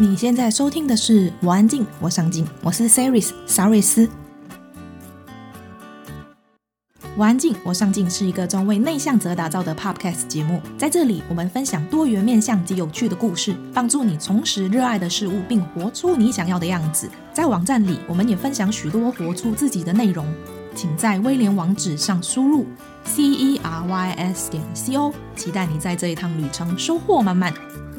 你现在收听的是我安静我上进，我是 Saris 沙瑞斯。我安静我上进是一个专为内向者打造的 Podcast 节目，在这里我们分享多元面向及有趣的故事，帮助你重拾热爱的事物，并活出你想要的样子。在网站里我们也分享许多活出自己的内容，请在威廉网址上输入 CERYS.CO， 期待你在这一趟旅程收获满满。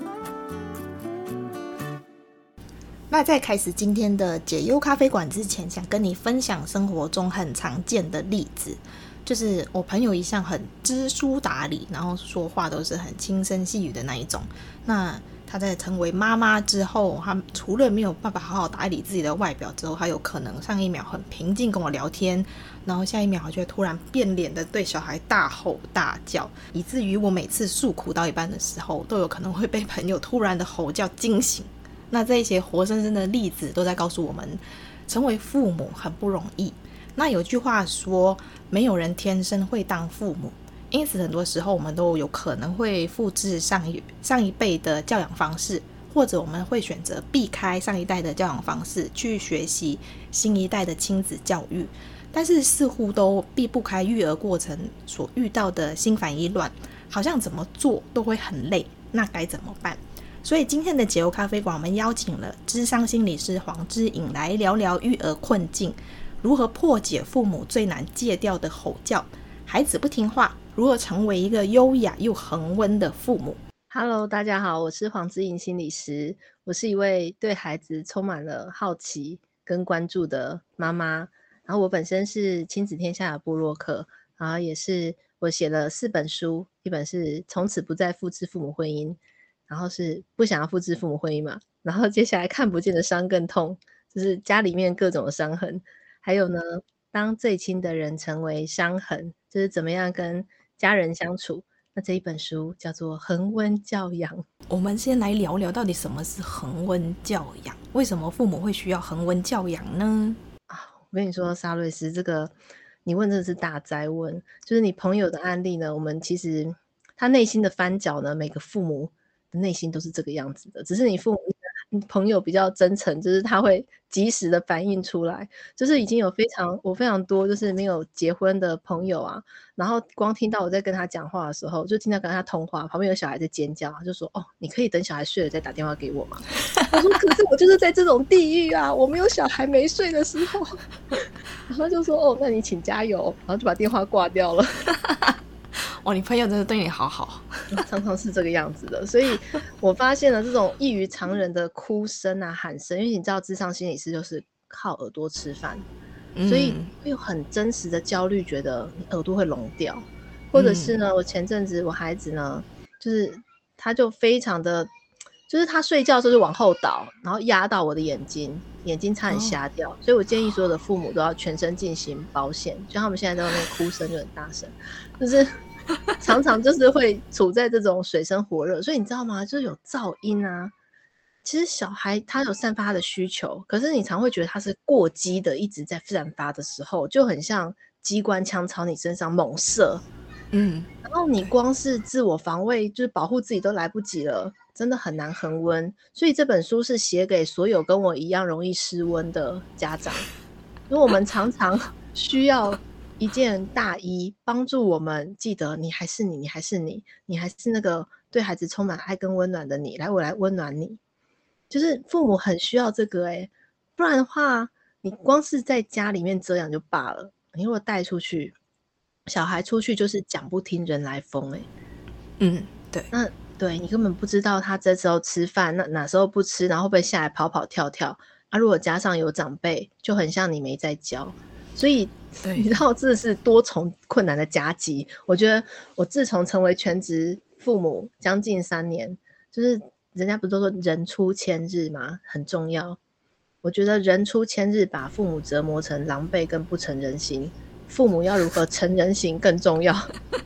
那在开始今天的解忧咖啡馆之前，想跟你分享生活中很常见的例子，就是我朋友一向很知书达理，然后说话都是很轻声细语的那一种。那她在成为妈妈之后，她除了没有办法好好打理自己的外表之后，她有可能上一秒很平静跟我聊天，然后下一秒就会突然变脸的对小孩大吼大叫，以至于我每次诉苦到一半的时候，都有可能会被朋友突然的吼叫惊醒。那这些活生生的例子都在告诉我们，成为父母很不容易。那有句话说，没有人天生会当父母，因此很多时候我们都有可能会复制上一辈的教养方式，或者我们会选择避开上一代的教养方式，去学习新一代的亲子教育，但是似乎都避不开育儿过程所遇到的心烦意乱，好像怎么做都会很累，那该怎么办？所以今天的解忧咖啡馆，我们邀请了諮商心理师黄之颖来聊聊育儿困境，如何破解父母最难戒掉的吼叫，孩子不听话，如何成为一个优雅又恒温的父母。 Hello， 大家好，我是黄之颖心理师，我是一位对孩子充满了好奇跟关注的妈妈，然后我本身是亲子天下的部落客，然后也是我写了4本书，一本是从此不再复制父母婚姻，然后是不想要复制父母婚姻嘛，然后接下来看不见的伤更痛，就是家里面各种的伤痕，还有呢，当最亲的人成为伤痕，就是怎么样跟家人相处。那这一本书叫做恒温教养。 我们先来聊聊到底什么是恒温教养，为什么父母会需要恒温教养呢？ 我跟你说沙瑞斯，这个你问真的是大哉问，就是你朋友的案例呢，我们其实他内心的翻角呢，每个父母的内心都是这个样子的，只是你朋友比较真诚，就是他会及时的反映出来，就是已经有我非常多就是没有结婚的朋友啊，然后光听到我在跟他讲话的时候，就听到跟他通话，旁边有小孩在尖叫，他就说你可以等小孩睡了再打电话给我吗？我说可是我就是在这种地狱啊，我没有小孩没睡的时候。然后就说那你请加油，然后就把电话挂掉了。 你朋友真的对你好好。 常常是这个样子的，所以我发现了这种异于常人的哭声啊喊声，因为你知道諮商心理师就是靠耳朵吃饭，所以会有很真实的焦虑，觉得你耳朵会聋掉，或者是呢我前阵子我孩子呢就是他就非常的就是他睡觉的时候就往后倒，然后压到我的眼睛差点瞎掉，所以我建议所有的父母都要全身进行保险，就他们现在在外面哭声就很大声，就是常常就是会处在这种水深火热，所以你知道吗？就是有噪音啊。其实小孩他有散发他的需求，可是你常会觉得他是过激的，一直在散发的时候，就很像机关枪朝你身上猛射。然后你光是自我防卫，就是保护自己都来不及了，真的很难恒温。所以这本书是写给所有跟我一样容易失温的家长，因为我们常常需要一件大衣帮助我们记得你还是你，你还是你，你还是那个对孩子充满爱跟温暖的你，我来温暖你。就是父母很需要这个不然的话你光是在家里面这样就罢了，你如果带出去，小孩出去就是讲不听人来疯对， 那对你根本不知道他这时候吃饭，那哪时候不吃，然后会不会下来跑跑跳跳啊？如果加上有长辈，就很像你没在教，所以你知道这是多重困难的夹击。我觉得我自从成为全职父母将近3年，就是人家不是都说人出千日吗？很重要。我觉得人出千日把父母折磨成狼狈跟不成人形，父母要如何成人形更重要。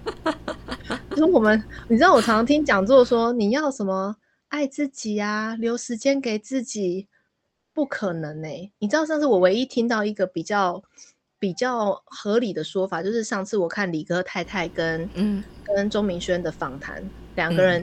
就是你知道我常常听讲座说你要什么爱自己啊，留时间给自己，不可能你知道上次我唯一听到一个比较合理的说法，就是上次我看李哥太太跟钟明轩的访谈，两个人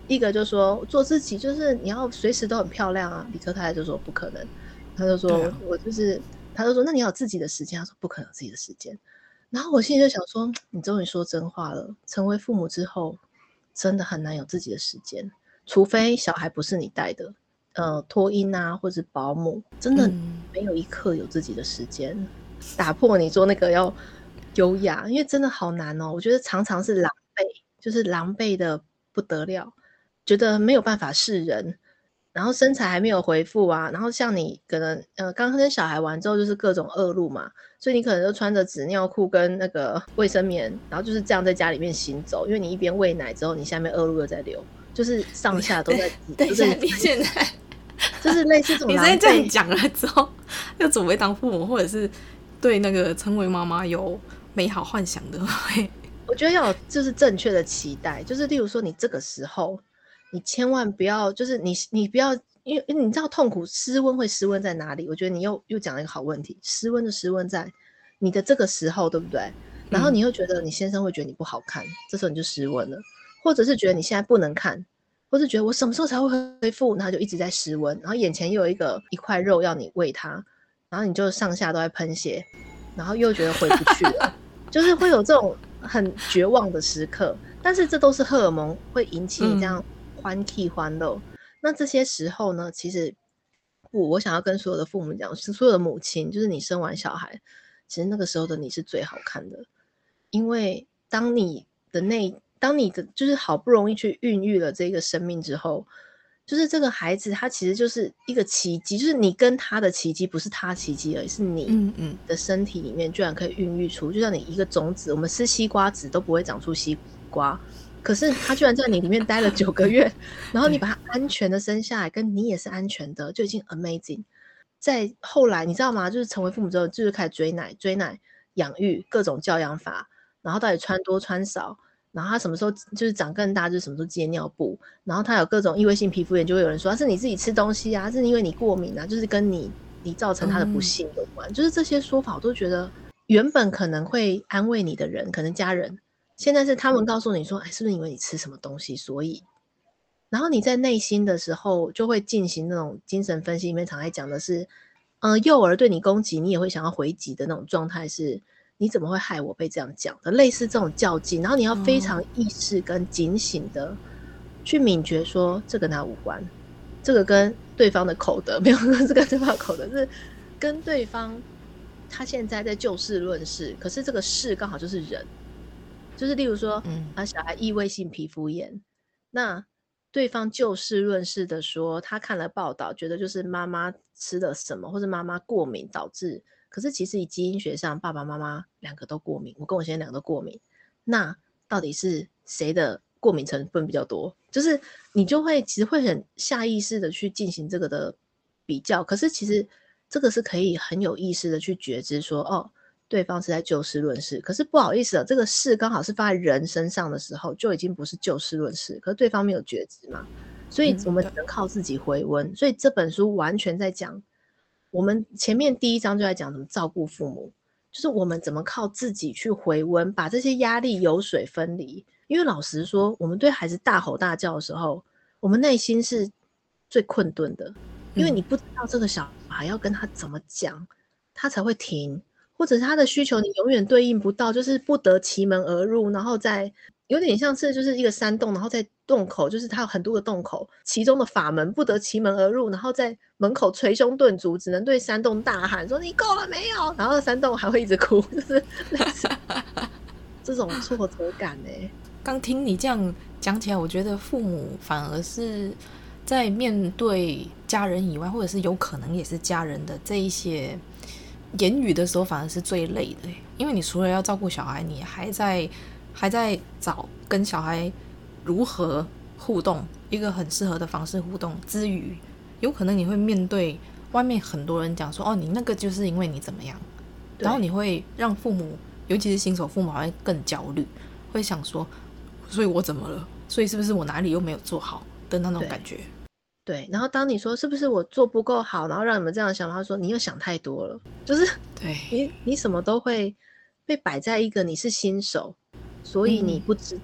一个就说做自己就是你要随时都很漂亮啊，理科太太就说不可能，他就说我就是，他就说那你要有自己的时间，他说不可能有自己的时间。然后我心里就想说，你终于说真话了，成为父母之后真的很难有自己的时间，除非小孩不是你带的，托婴啊或者保姆，真的没有一刻有自己的时间，打破你说那个要优雅，因为真的好难哦。我觉得常常是狼狈，就是狼狈的不得了，觉得没有办法示人，然后身材还没有恢复啊，然后像你可能刚跟小孩玩之后就是各种恶露嘛，所以你可能就穿着纸尿裤跟那个卫生棉，然后就是这样在家里面行走，因为你一边喂奶之后，你下面恶露又在流，就是上下都在对，你现在就是类似这种你现在这样讲了之后，要准备当父母，或者是对那个成为妈妈有美好幻想的， 我觉得要有就是正确的期待，就是例如说你这个时候，你千万不要就是你不要，因为你知道痛苦失温会失温在哪里？我觉得你又讲了一个好问题，失温的失温在你的这个时候，对不对？然后你又觉得你先生会觉得你不好看，这时候你就失温了，或者是觉得你现在不能看，或是觉得我什么时候才会恢复，然后就一直在失温，然后眼前又有一块肉要你喂它，然后你就上下都在喷血，然后又觉得回不去了，就是会有这种很绝望的时刻，但是这都是荷尔蒙会引起你这样欢喜欢乐。那这些时候呢，其实我想要跟所有的父母讲，是所有的母亲，就是你生完小孩，其实那个时候的你是最好看的，因为当你的就是好不容易去孕育了这个生命之后，就是这个孩子他其实就是一个奇迹，就是你跟他的奇迹，不是他奇迹而已，是你的身体里面居然可以孕育出，就像你一个种子，我们吃西瓜籽都不会长出西瓜，可是他居然在你里面待了9个月，然后你把他安全的生下来，跟你也是安全的，就已经 amazing。在后来你知道吗？就是成为父母之后，就是开始追奶、养育各种教养法，然后到底穿多穿少，然后他什么时候就是长更大，就是什么时候接尿布，然后他有各种异位性皮肤炎，就会有人说是你自己吃东西啊，是因为你过敏啊，就是跟你造成他的不幸有关，就是这些说法我都觉得原本可能会安慰你的人，可能家人，现在是他们告诉你说，哎，是不是因为你吃什么东西，所以，然后你在内心的时候就会进行那种精神分析里面常爱讲的是，幼儿对你攻击，你也会想要回击的那种状态是，你怎么会害我被这样讲的？类似这种较劲，然后你要非常意识跟警醒的去敏觉说，这跟他无关，这个跟对方的口德没有，这跟对方的口德是跟对方他现在在就事论事，可是这个事刚好就是人，就是例如说，小孩异位性皮肤炎，那对方就事论事的说，他看了报道，觉得就是妈妈吃了什么，或者妈妈过敏导致。可是其实以基因学上，爸爸妈妈2个都过敏，我跟我先生2个都过敏。那到底是谁的过敏成分比较多？就是你就会其实会很下意识的去进行这个的比较。可是其实这个是可以很有意识的去觉知说，哦，对方是在就事论事，可是不好意思这个事刚好是放在人身上的时候，就已经不是就事论事，可是对方没有觉知嘛，所以我们只能靠自己回温。所以这本书完全在讲，我们前面第1章就在讲怎么照顾父母，就是我们怎么靠自己去回温，把这些压力油水分离。因为老实说，我们对孩子大吼大叫的时候，我们内心是最困顿的，因为你不知道这个小孩要跟他怎么讲，他才会停。或者是他的需求你永远对应不到，就是不得其门而入，然后再有点像是就是一个山洞，然后在洞口，就是它有很多个洞口，其中的法门不得其门而入，然后在门口捶胸顿足，只能对山洞大喊说你够了没有，然后山洞还会一直哭，就是类似这种挫折感刚听你这样讲起来，我觉得父母反而是在面对家人以外，或者是有可能也是家人的这一些言语的时候，反而是最累的，因为你除了要照顾小孩，你还在找跟小孩如何互动，一个很适合的方式互动之余，有可能你会面对外面很多人讲说，哦，你那个就是因为你怎么样，然后你会让父母，尤其是新手父母还会更焦虑，会想说，所以我怎么了？所以是不是我哪里又没有做好的那种感觉？ 对，然后当你说是不是我做不够好，然后让你们这样想，他说你又想太多了，就是对你什么都会被摆在一个你是新手，所以你不知道，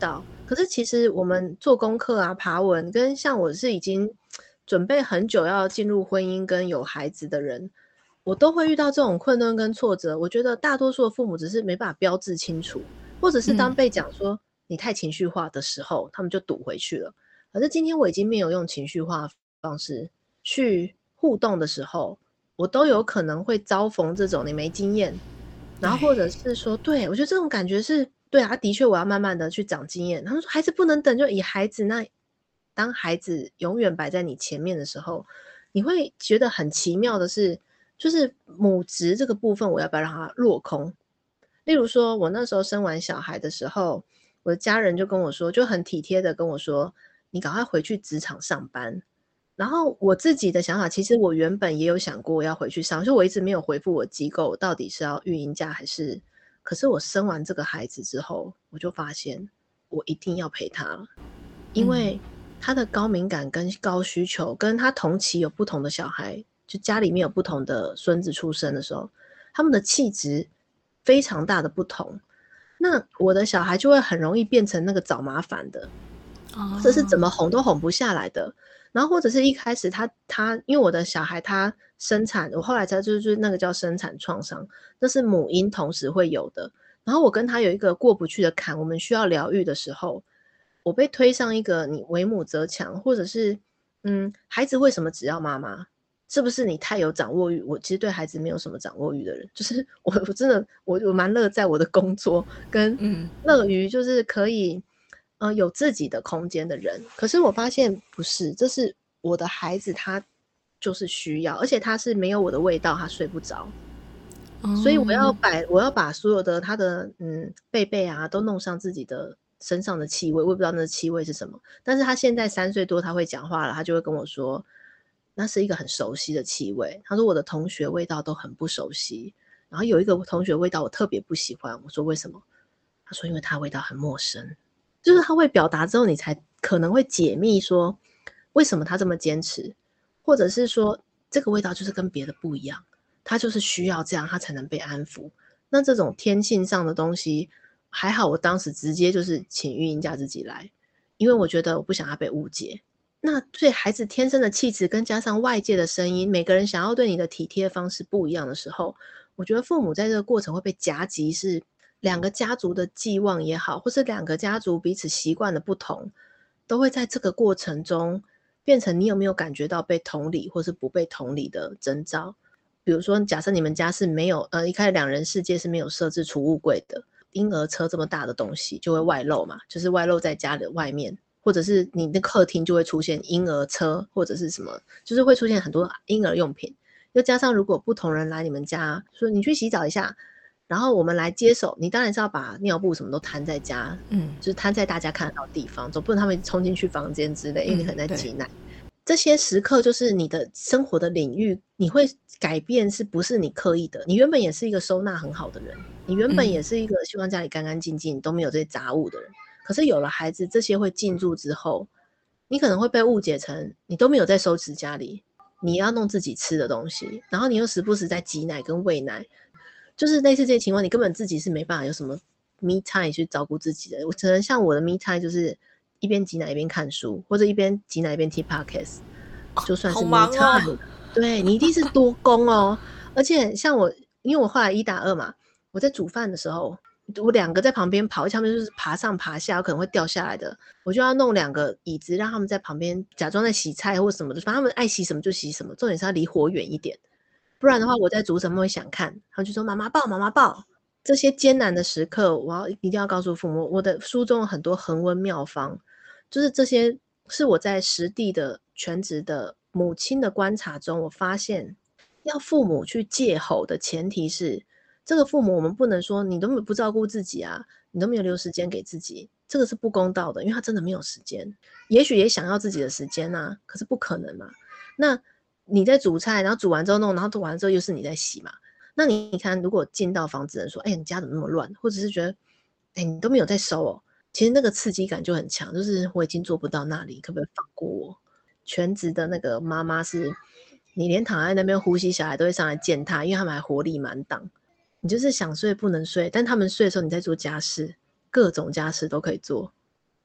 可是其实我们做功课啊、爬文，跟像我是已经准备很久要进入婚姻跟有孩子的人，我都会遇到这种困顿跟挫折。我觉得大多数的父母只是没办法标志清楚，或者是当被讲说你太情绪化的时候，他们就堵回去了。可是今天我已经没有用情绪化的方式去互动的时候，我都有可能会遭逢这种你没经验，然后或者是说，对，我觉得这种感觉是对啊，的确我要慢慢的去长经验。他们说孩子不能等，就以孩子那当孩子永远摆在你前面的时候，你会觉得很奇妙的是，就是母职这个部分，我要不要让它落空？例如说，我那时候生完小孩的时候，我的家人就跟我说，就很体贴的跟我说，你赶快回去职场上班。然后我自己的想法，其实我原本也有想过要回去上，所以我一直没有回复我机构到底是要育婴假还是。可是我生完这个孩子之后，我就发现我一定要陪他了，因为他的高敏感跟高需求，跟他同期有不同的小孩，就家里面有不同的孙子出生的时候，他们的气质非常大的不同。那我的小孩就会很容易变成那个找麻烦的，这是怎么哄都哄不下来的。然后或者是一开始他因为我的小孩他生产，我后来才就是那个叫生产创伤，那是母婴同时会有的。然后我跟他有一个过不去的坎，我们需要疗愈的时候，我被推上一个你为母则强，或者是孩子为什么只要妈妈？是不是你太有掌握欲？我其实对孩子没有什么掌握欲的人，就是我真的我蛮乐在我的工作跟乐于就是可以有自己的空间的人。可是我发现不是，这是我的孩子他就是需要，而且他是没有我的味道他睡不着。所以我要把所有的他的贝贝啊都弄上自己的身上的气味，我也不知道那气味是什么。但是他现在3岁多，他会讲话了，他就会跟我说，那是一个很熟悉的气味。他说我的同学味道都很不熟悉，然后有一个同学味道我特别不喜欢。我说为什么？他说因为他的味道很陌生。就是他会表达之后，你才可能会解密说为什么他这么坚持，或者是说这个味道就是跟别的不一样。他就是需要这样，他才能被安抚。那这种天性上的东西，还好我当时直接就是请育婴假自己来，因为我觉得我不想他被误解。那对孩子天生的气质跟加上外界的声音，每个人想要对你的体贴方式不一样的时候，我觉得父母在这个过程会被夹击，是两个家族的寄望也好，或是两个家族彼此习惯的不同，都会在这个过程中变成你有没有感觉到被同理或是不被同理的征兆。比如说假设你们家是没有一开始2人世界是没有设置储物柜的，婴儿车这么大的东西就会外露嘛，就是外露在家的外面，或者是你的客厅就会出现婴儿车或者是什么，就是会出现很多婴儿用品。又加上如果不同人来你们家说你去洗澡一下，然后我们来接手，你当然是要把尿布什么都摊在家，就是摊在大家看得到的地方，总不能他们冲进去房间之类，因为你可能在挤奶。这些时刻就是你的生活的领域，你会改变是不是你刻意的？你原本也是一个收纳很好的人，你原本也是一个希望家里干干净净都没有这些杂物的人，可是有了孩子，这些会进入之后，你可能会被误解成你都没有在收拾家里，你要弄自己吃的东西，然后你又时不时在挤奶跟喂奶，就是类似这些情况，你根本自己是没办法有什么 me time 去照顾自己的。我只能像我的 me time 就是一边挤奶一边看书，或者一边挤奶一边听 podcast， 就算是 me time。对，你一定是多工哦。而且像我，因为我后来1打2嘛，我在煮饭的时候，我2个在旁边跑，他们就是爬上爬下，有可能会掉下来的，我就要弄2个椅子，让他们在旁边假装在洗菜或什么的，反正他们爱洗什么就洗什么，重点是要离火远一点。不然的话，我在煮什么会想看，他们就说妈妈抱，妈妈抱。这些艰难的时刻，我一定要告诉父母，我的书中有很多恒温妙方，就是这些是我在实地的全职的母亲的观察中，我发现要父母去戒吼的前提是，这个父母我们不能说你都不照顾自己啊，你都没有留时间给自己，这个是不公道的，因为他真的没有时间，也许也想要自己的时间啊，可是不可能嘛。那你在煮菜，然后煮完之后弄，然后煮完之后又是你在洗嘛。那你看，如果进到房子人说，你家怎么那么乱，或者是觉得，你都没有在收哦，其实那个刺激感就很强，就是我已经做不到那里，可不可以放过我？全职的那个妈妈是，你连躺在那边呼吸，小孩都会上来见他，因为他们还活力满档。你就是想睡不能睡，但他们睡的时候你在做家事，各种家事都可以做。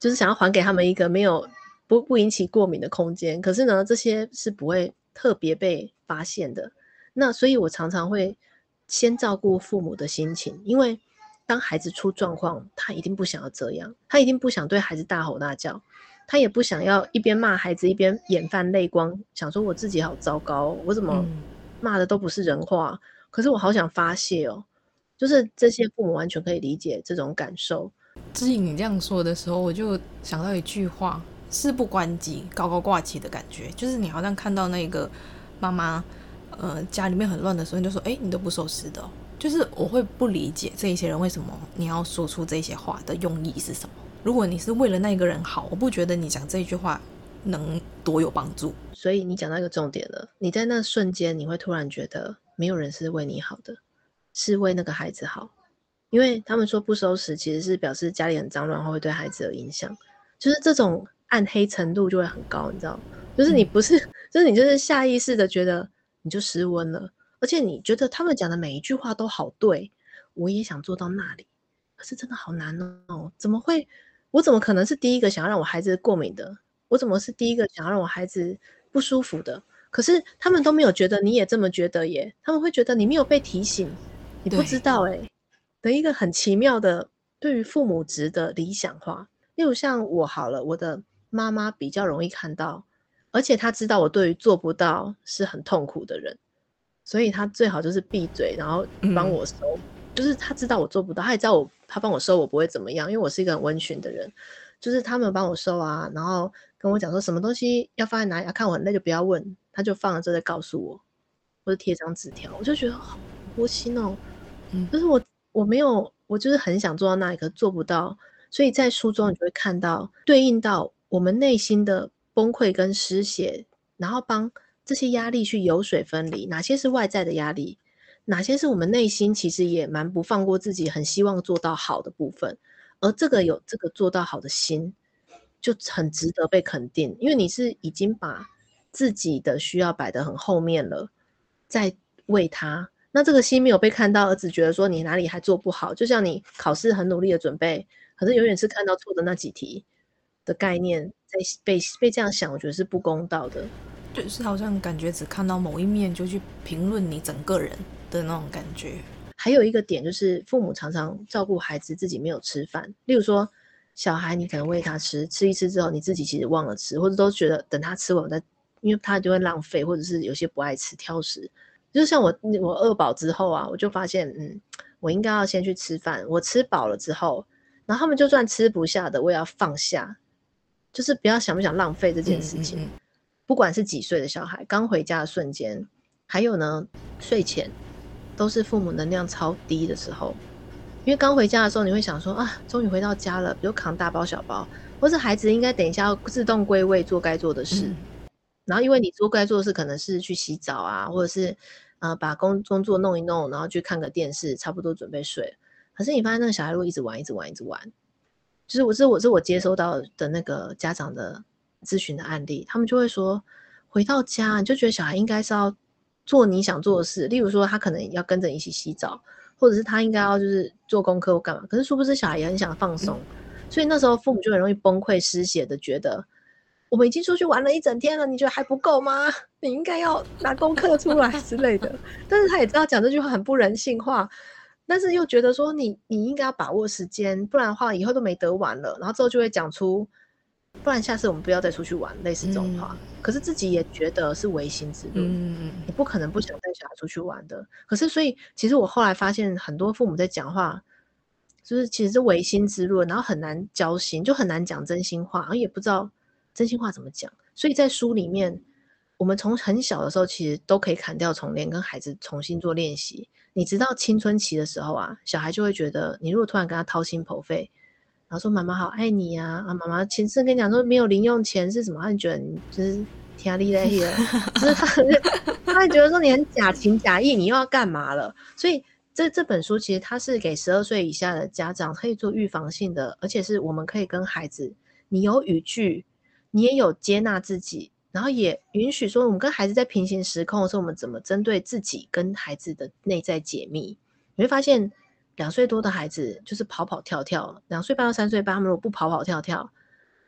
就是想要还给他们一个没有不引起过敏的空间。可是呢，这些是不会特别被发现的。那所以我常常会先照顾父母的心情，因为当孩子出状况，他一定不想要这样，他一定不想对孩子大吼大叫，他也不想要一边骂孩子一边眼泛泪光，想说我自己好糟糕，我怎么骂的都不是人话，可是我好想发泄哦。就是这些父母完全可以理解这种感受。 知颖，你这样说的时候，我就想到一句话：事不关己，高高挂起的感觉。就是你好像看到那个妈妈，家里面很乱的时候，你就说，你都不收拾的哦。就是我会不理解这一些人为什么你要说出这些话的用意是什么。如果你是为了那个人好，我不觉得你讲这一句话能多有帮助。 所以你讲到一个重点了，你在那瞬间你会突然觉得没有人是为你好的，是为那个孩子好。因为他们说不收拾其实是表示家里很脏乱会对孩子有影响，就是这种暗黑程度就会很高，你知道，就是你不是就是你就是下意识的觉得你就失温了，而且你觉得他们讲的每一句话都好对，我也想做到那里，可是真的好难哦，我怎么可能是第一个想要让我孩子过敏的，我怎么是第一个想要让我孩子不舒服的，可是他们都没有觉得你也这么觉得耶，他们会觉得你没有被提醒，你不知道的一个很奇妙的对于父母职的理想化。例如像我好了，我的妈妈比较容易看到，而且她知道我对于做不到是很痛苦的人，所以她最好就是闭嘴然后帮我收，就是她知道我做不到，她也知道她帮我收我不会怎么样，因为我是一个很温驯的人，就是他们帮我收啊，然后跟我讲说什么东西要放在哪里，看我很累就不要问，他就放了之后再告诉我，或者贴张纸条，我就觉得好窝心哦。就是我没有，我就是很想做到那一刻做不到，所以在书中你就会看到对应到我们内心的崩溃跟失血，然后帮这些压力去油水分离，哪些是外在的压力，哪些是我们内心其实也蛮不放过自己，很希望做到好的部分，而有这个做到好的心，就很值得被肯定，因为你是已经把自己的需要摆得很后面了，在为他。那这个心没有被看到，而只觉得说你哪里还做不好，就像你考试很努力的准备，可是永远是看到错的那几题的概念，在被这样想，我觉得是不公道的。 就是好像感觉只看到某一面就去评论你整个人的那种感觉。 还有一个点就是父母常常照顾孩子自己没有吃饭，例如说小孩你可能喂他吃一吃之后你自己其实忘了吃，或者都觉得等他吃完再，因为他就会浪费，或者是有些不爱吃挑食。就像我饿饱之后啊，我就发现我应该要先去吃饭，我吃饱了之后，然后他们就算吃不下的我也要放下，就是不要想不想浪费这件事情。不管是几岁的小孩，刚回家的瞬间，还有呢睡前，都是父母能量超低的时候。因为刚回家的时候你会想说啊，终于回到家了，比如扛大包小包，或是孩子应该等一下要自动归位做该做的事，然后因为你做该做的事可能是去洗澡啊，或者是把工作弄一弄，然后去看个电视，差不多准备睡。可是你发现那个小孩如果一直玩，就是我接收到的那个家长的咨询的案例，他们就会说，回到家你就觉得小孩应该是要做你想做的事，例如说他可能要跟着你一起洗澡，或者是他应该要就是做功课或干嘛，可是殊不知小孩也很想放松，所以那时候父母就很容易崩溃失血的觉得，我们已经出去玩了一整天了，你觉得还不够吗？你应该要拿功课出来之类的。但是他也知道讲这句话很不人性化，但是又觉得说你应该要把握时间，不然的话以后都没得玩了。然后之后就会讲出，不然下次我们不要再出去玩，类似这种话。可是自己也觉得是违心之论，你不可能不想带小孩出去玩的。可是所以其实我后来发现很多父母在讲话，就是其实是违心之论，然后很难交心，就很难讲真心话，然后也不知道真心话怎么讲。所以在书里面，我们从很小的时候其实都可以砍掉重练，跟孩子重新做练习。你直到青春期的时候啊，小孩就会觉得你如果突然跟他掏心剖肺，然后说妈妈好爱你啊，妈妈前次跟你讲说没有零用钱是什么，他就觉得你就是天力在了，就是他会觉得说你很假情假意，你又要干嘛了？所以这本书其实它是给12岁以下的家长可以做预防性的，而且是我们可以跟孩子，你有语句，你也有接纳自己，然后也允许说我们跟孩子在平行时空的时候，我们怎么针对自己跟孩子的内在解密。你会发现2岁多的孩子就是跑跑跳跳，2岁半到3岁半他们如果不跑跑跳跳，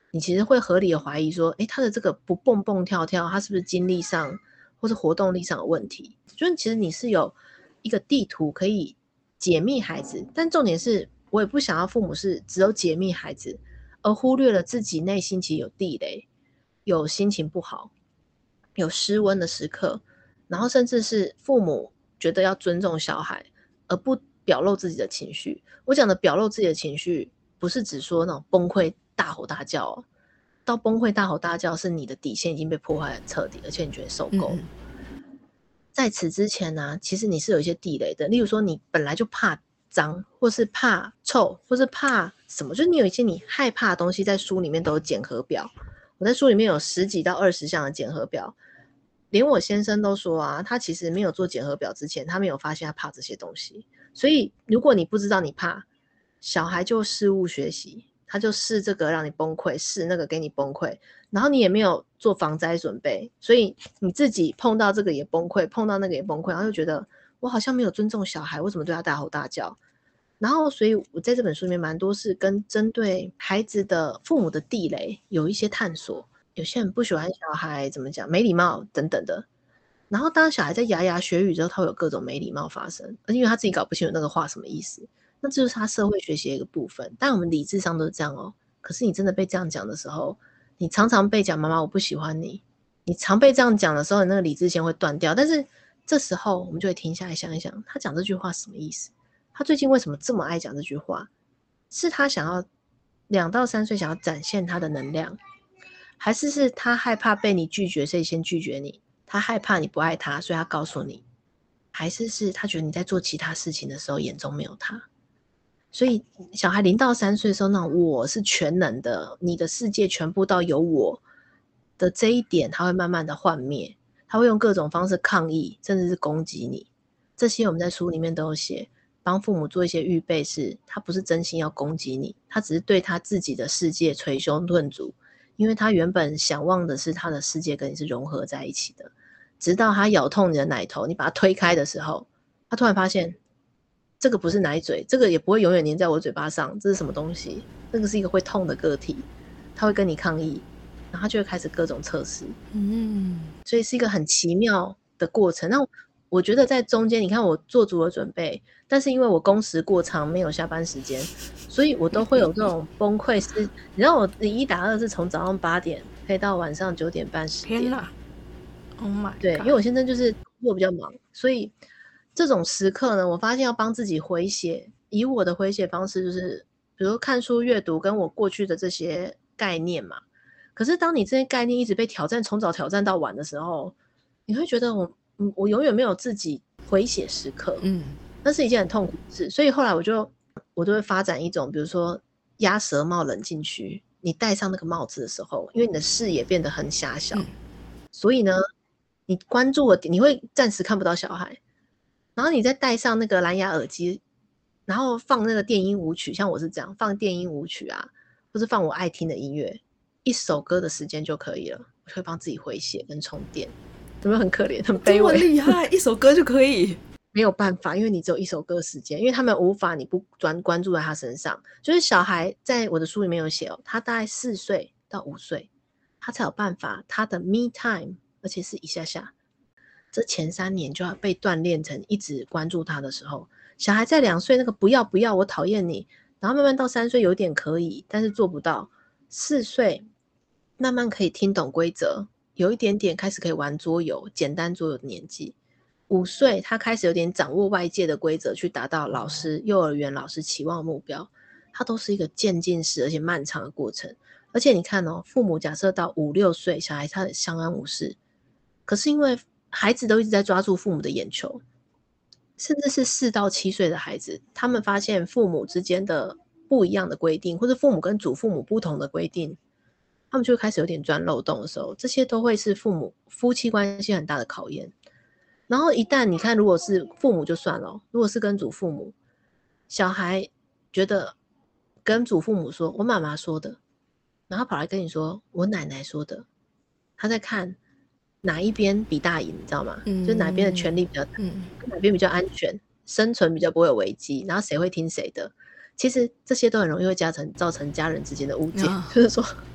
你其实会合理的怀疑说，他的这个不蹦蹦跳跳，他是不是精力上或是活动力上有问题？就是其实你是有一个地图可以解密孩子，但重点是我也不想要父母是只有解密孩子，而忽略了自己内心其实有地雷，有心情不好，有失温的时刻，然后甚至是父母觉得要尊重小孩，而不表露自己的情绪。我讲的表露自己的情绪，不是指说那种崩溃大吼大叫哦，到崩溃大吼大叫是你的底线已经被破坏很彻底，而且你觉得受够了。在此之前呢，其实你是有一些地雷的，例如说你本来就怕脏，或是怕臭，或是怕什么，就是你有一些你害怕的东西，在书里面都有检核表。我在书里面有10几到20项的检核表，连我先生都说啊，他其实没有做检核表之前，他没有发现他怕这些东西。所以如果你不知道你怕，小孩就事物学习，他就试这个让你崩溃，试那个给你崩溃，然后你也没有做防灾准备，所以你自己碰到这个也崩溃，碰到那个也崩溃，然后就觉得我好像没有尊重小孩，为什么对他大吼大叫？然后所以我在这本书里面蛮多是跟针对孩子的父母的地雷有一些探索。有些人不喜欢小孩怎么讲没礼貌等等的，然后当小孩在牙牙学语之后，他会有各种没礼貌发生，因为他自己搞不清楚那个话什么意思，那这就是他社会学习的一个部分。但我们理智上都是这样哦，可是你真的被这样讲的时候，你常常被讲妈妈我不喜欢你，你常被这样讲的时候，你那个理智线会断掉。但是这时候我们就会停下来想一想，他讲这句话是什么意思？他最近为什么这么爱讲这句话？是他想要2到3岁想要展现他的能量，还是他害怕被你拒绝，所以先拒绝你？他害怕你不爱他，所以他告诉你？还是他觉得你在做其他事情的时候眼中没有他？所以小孩0到3岁的时候，那种我是全能的，你的世界全部都有我的这一点，他会慢慢的幻灭，他会用各种方式抗议，甚至是攻击你。这些我们在书里面都有写，帮父母做一些预备，是他不是真心要攻击你，他只是对他自己的世界捶胸顿足，因为他原本想望的是他的世界跟你是融合在一起的，直到他咬痛你的奶头，你把他推开的时候，他突然发现这个不是奶嘴，这个也不会永远粘在我嘴巴上，这是什么东西？这个是一个会痛的个体，他会跟你抗议，然后他就会开始各种测试。所以是一个很奇妙的过程。那我觉得在中间，你看我做足了准备，但是因为我工时过长，没有下班时间，所以我都会有这种崩溃。是，你知道我1打2是从早上8点可以到晚上9点半10点。 天哪 ！Oh my God！ 对，因为我先生就是工作比较忙，所以这种时刻呢，我发现要帮自己回血。以我的回血方式，就是比如看书阅读，跟我过去的这些概念嘛。可是当你这些概念一直被挑战，从早挑战到晚的时候，你会觉得我永远没有自己回血时刻，那是一件很痛苦的事。所以后来我就会发展一种，比如说鸭舌帽冷静区，你戴上那个帽子的时候，因为你的视野变得很狭小，所以呢，你关注的点，你会暂时看不到小孩，然后你再戴上那个蓝牙耳机，然后放那个电音舞曲，像我是这样放电音舞曲啊，或是放我爱听的音乐，1首歌的时间就可以了，我就会帮自己回血跟充电。有没有很可怜很卑微？ 这么厉害，1首歌就可以？ 没有办法，因为你只有1首歌时间，因为他们无法你不关注在他身上。就是小孩在我的书里面有写哦，他大概4岁到5岁，他才有办法他的 me time， 而且是一下下。这前3年就要被锻炼成一直关注他的时候，小孩在2岁那个不要我讨厌你，然后慢慢到3岁有点可以，但是做不到。4岁慢慢可以听懂规则，有一点点开始可以玩桌游，简单桌游的年纪。5岁他开始有点掌握外界的规则，去达到老师幼儿园老师期望的目标，它都是一个渐进式而且漫长的过程。而且你看哦，父母假设到5、6岁小孩他相安无事，可是因为孩子都一直在抓住父母的眼球，甚至是4到7岁的孩子，他们发现父母之间的不一样的规定，或者父母跟祖父母不同的规定，他们就会开始有点钻漏洞的时候，这些都会是夫妻关系很大的考验。然后一旦你看，如果是父母就算了，如果是跟祖父母，小孩觉得跟祖父母说我妈妈说的，然后跑来跟你说我奶奶说的，他在看哪一边比大赢，你知道吗？就是哪边的权力比较大，哪边比较安全，生存比较不会有危机，然后谁会听谁的。其实这些都很容易会造成家人之间的误解，就是说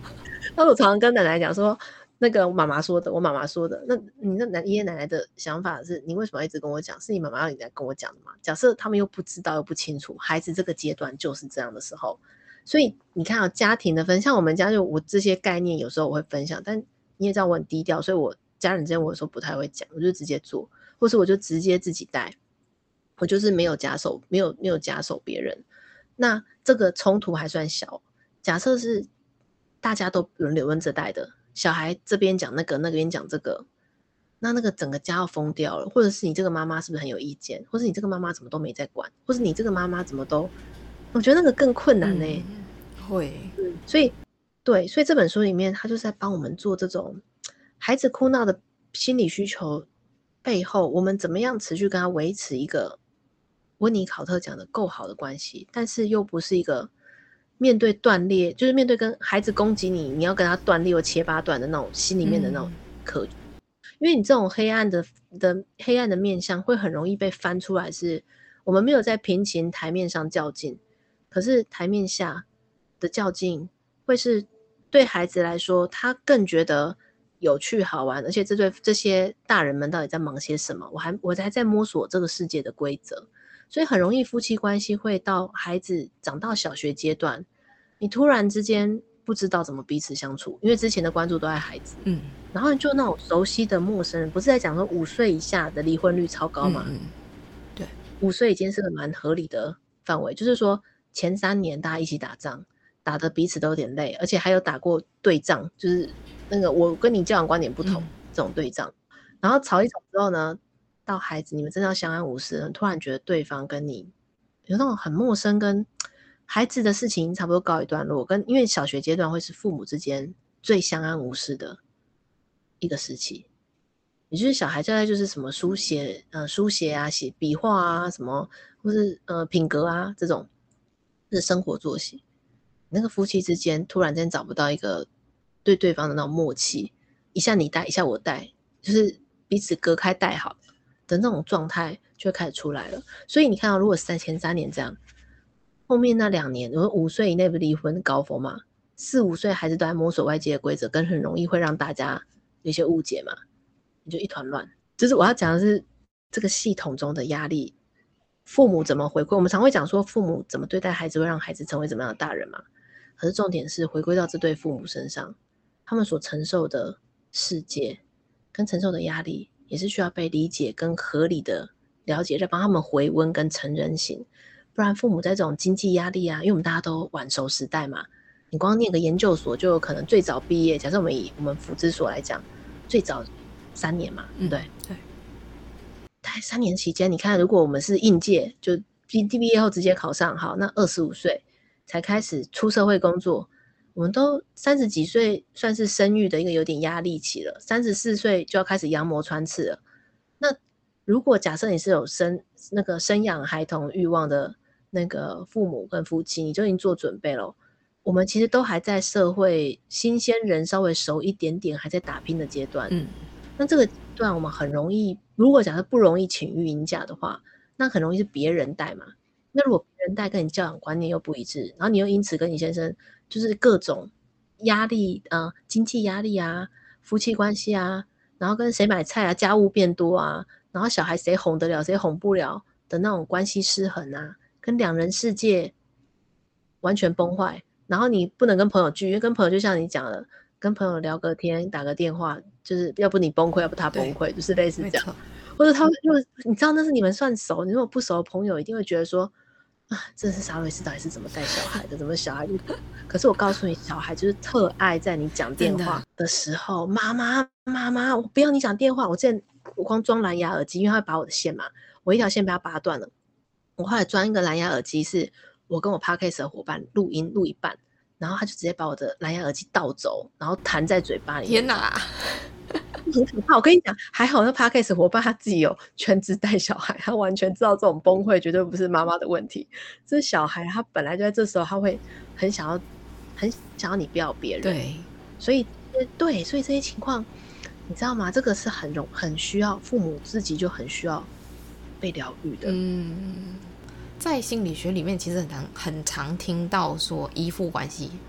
那我常常跟奶奶讲说，那个我妈妈说的，那你那爷爷奶奶的想法是，你为什么要一直跟我讲？是你妈妈让你来跟我讲的吗？假设他们又不知道又不清楚，孩子这个阶段就是这样的时候，所以你看家庭的分享，我们家就我这些概念有时候我会分享，但你也知道我很低调，所以我家人之间我有时候不太会讲，我就直接做，或是我就直接自己带，我就是没有假手别人。那这个冲突还算小，假设是大家都轮流着带的，小孩这边讲那个，那边讲这个，那个整个家要疯掉了，或者是你这个妈妈是不是很有意见，或是你这个妈妈怎么都没在管，或是你这个妈妈怎么都，我觉得那个更困难呢。 会， 所以这本书里面，他就是在帮我们做这种孩子哭闹的心理需求背后，我们怎么样持续跟他维持一个温尼考特讲的够好的关系，但是又不是一个面对断裂，就是面对跟孩子攻击你，你要跟他断裂或切八段的那种心里面的那种渴求，因为你这种黑暗的面向会很容易被翻出来，是我们没有在平行台面上较劲，可是台面下的较劲会是对孩子来说，他更觉得有趣好玩，而且这些大人们到底在忙些什么？我还在摸索这个世界的规则，所以很容易夫妻关系会到孩子长到小学阶段，你突然之间不知道怎么彼此相处，因为之前的关注都在孩子，然后就那种熟悉的陌生人，不是在讲说5岁以下的离婚率超高吗？ 对 ，5岁已经是个蛮合理的范围，就是说前3年大家一起打仗，打得彼此都有点累，而且还有打过对仗，就是那个我跟你教养观点不同，这种对仗，然后吵一吵之后呢，到孩子你们真的要相安无事，突然觉得对方跟你有那种很陌生，跟孩子的事情差不多告一段落，因为小学阶段会是父母之间最相安无事的一个时期，也就是小孩大概就是什么书写啊、写笔画啊什么，或是品格啊这种是生活作息。那个夫妻之间突然间找不到一个对对方的那种默契，一下你带一下我带，就是彼此隔开带好的那种状态就会开始出来了。所以你看到，如果是在前3年这样，后面那2年，如果5岁以内不离婚高峰嘛，4、5岁孩子都在摸索外界的规则，跟很容易会让大家有一些误解嘛，你就一团乱。就是我要讲的是这个系统中的压力，父母怎么回馈？我们常会讲说父母怎么对待孩子会让孩子成为怎么样的大人嘛，可是重点是回归到这对父母身上，他们所承受的世界跟承受的压力也是需要被理解跟合理的了解，来帮他们回温跟成人型。不然父母在这种经济压力啊，因为我们大家都晚熟时代嘛，你光念个研究所就有可能最早毕业，假设以我们辅之所来讲，最早3年嘛，对，大概3年期间，你看如果我们是应届，就毕业后直接考上，好，那25岁才开始出社会工作，我们都30几岁算是生育的一个有点压力期了，34岁就要开始羊膜穿刺了。那如果假设你是有生养孩童欲望的那个父母跟夫妻，你就已经做准备了。我们其实都还在社会新鲜人稍微熟一点点，还在打拼的阶段。那这个阶段我们很容易，如果假设不容易请育婴假的话，那很容易是别人带嘛。那如果别人带跟你教养观念又不一致，然后你又因此跟你先生就是各种压力经济压力啊、夫妻关系啊，然后跟谁买菜啊、家务变多啊，然后小孩谁哄得了谁哄不了的那种关系失衡啊，跟两人世界完全崩坏，然后你不能跟朋友聚，因为跟朋友就像你讲的，跟朋友聊个天打个电话，就是要不你崩溃要不他崩溃，就是类似这样。或者他就是你知道那是你们算熟，你如果不熟的朋友一定会觉得说这是沙瑞斯到底是怎么带小孩的，怎么小孩可是我告诉你，小孩就是特爱在你讲电话的时候，妈妈我不要你讲电话。我光装蓝牙耳机，因为他会拔我的线嘛，我一条线被他拔断了，我后来装一个蓝牙耳机，是我跟我 Podcast 的伙伴录音录一半，然后他就直接把我的蓝牙耳机倒走，然后弹在嘴巴里面。 天哪， 很可怕。我跟你讲，还好那 Podcast 伙伴他自己有全职带小孩，他完全知道这种崩溃绝对不是妈妈的问题，这小孩他本来就在这时候他会很想要你不要别人。 对， 所以这些情况你知道吗？这个是很需要父母自己就很需要被疗愈的。在心理学里面其实很常听到说依附关系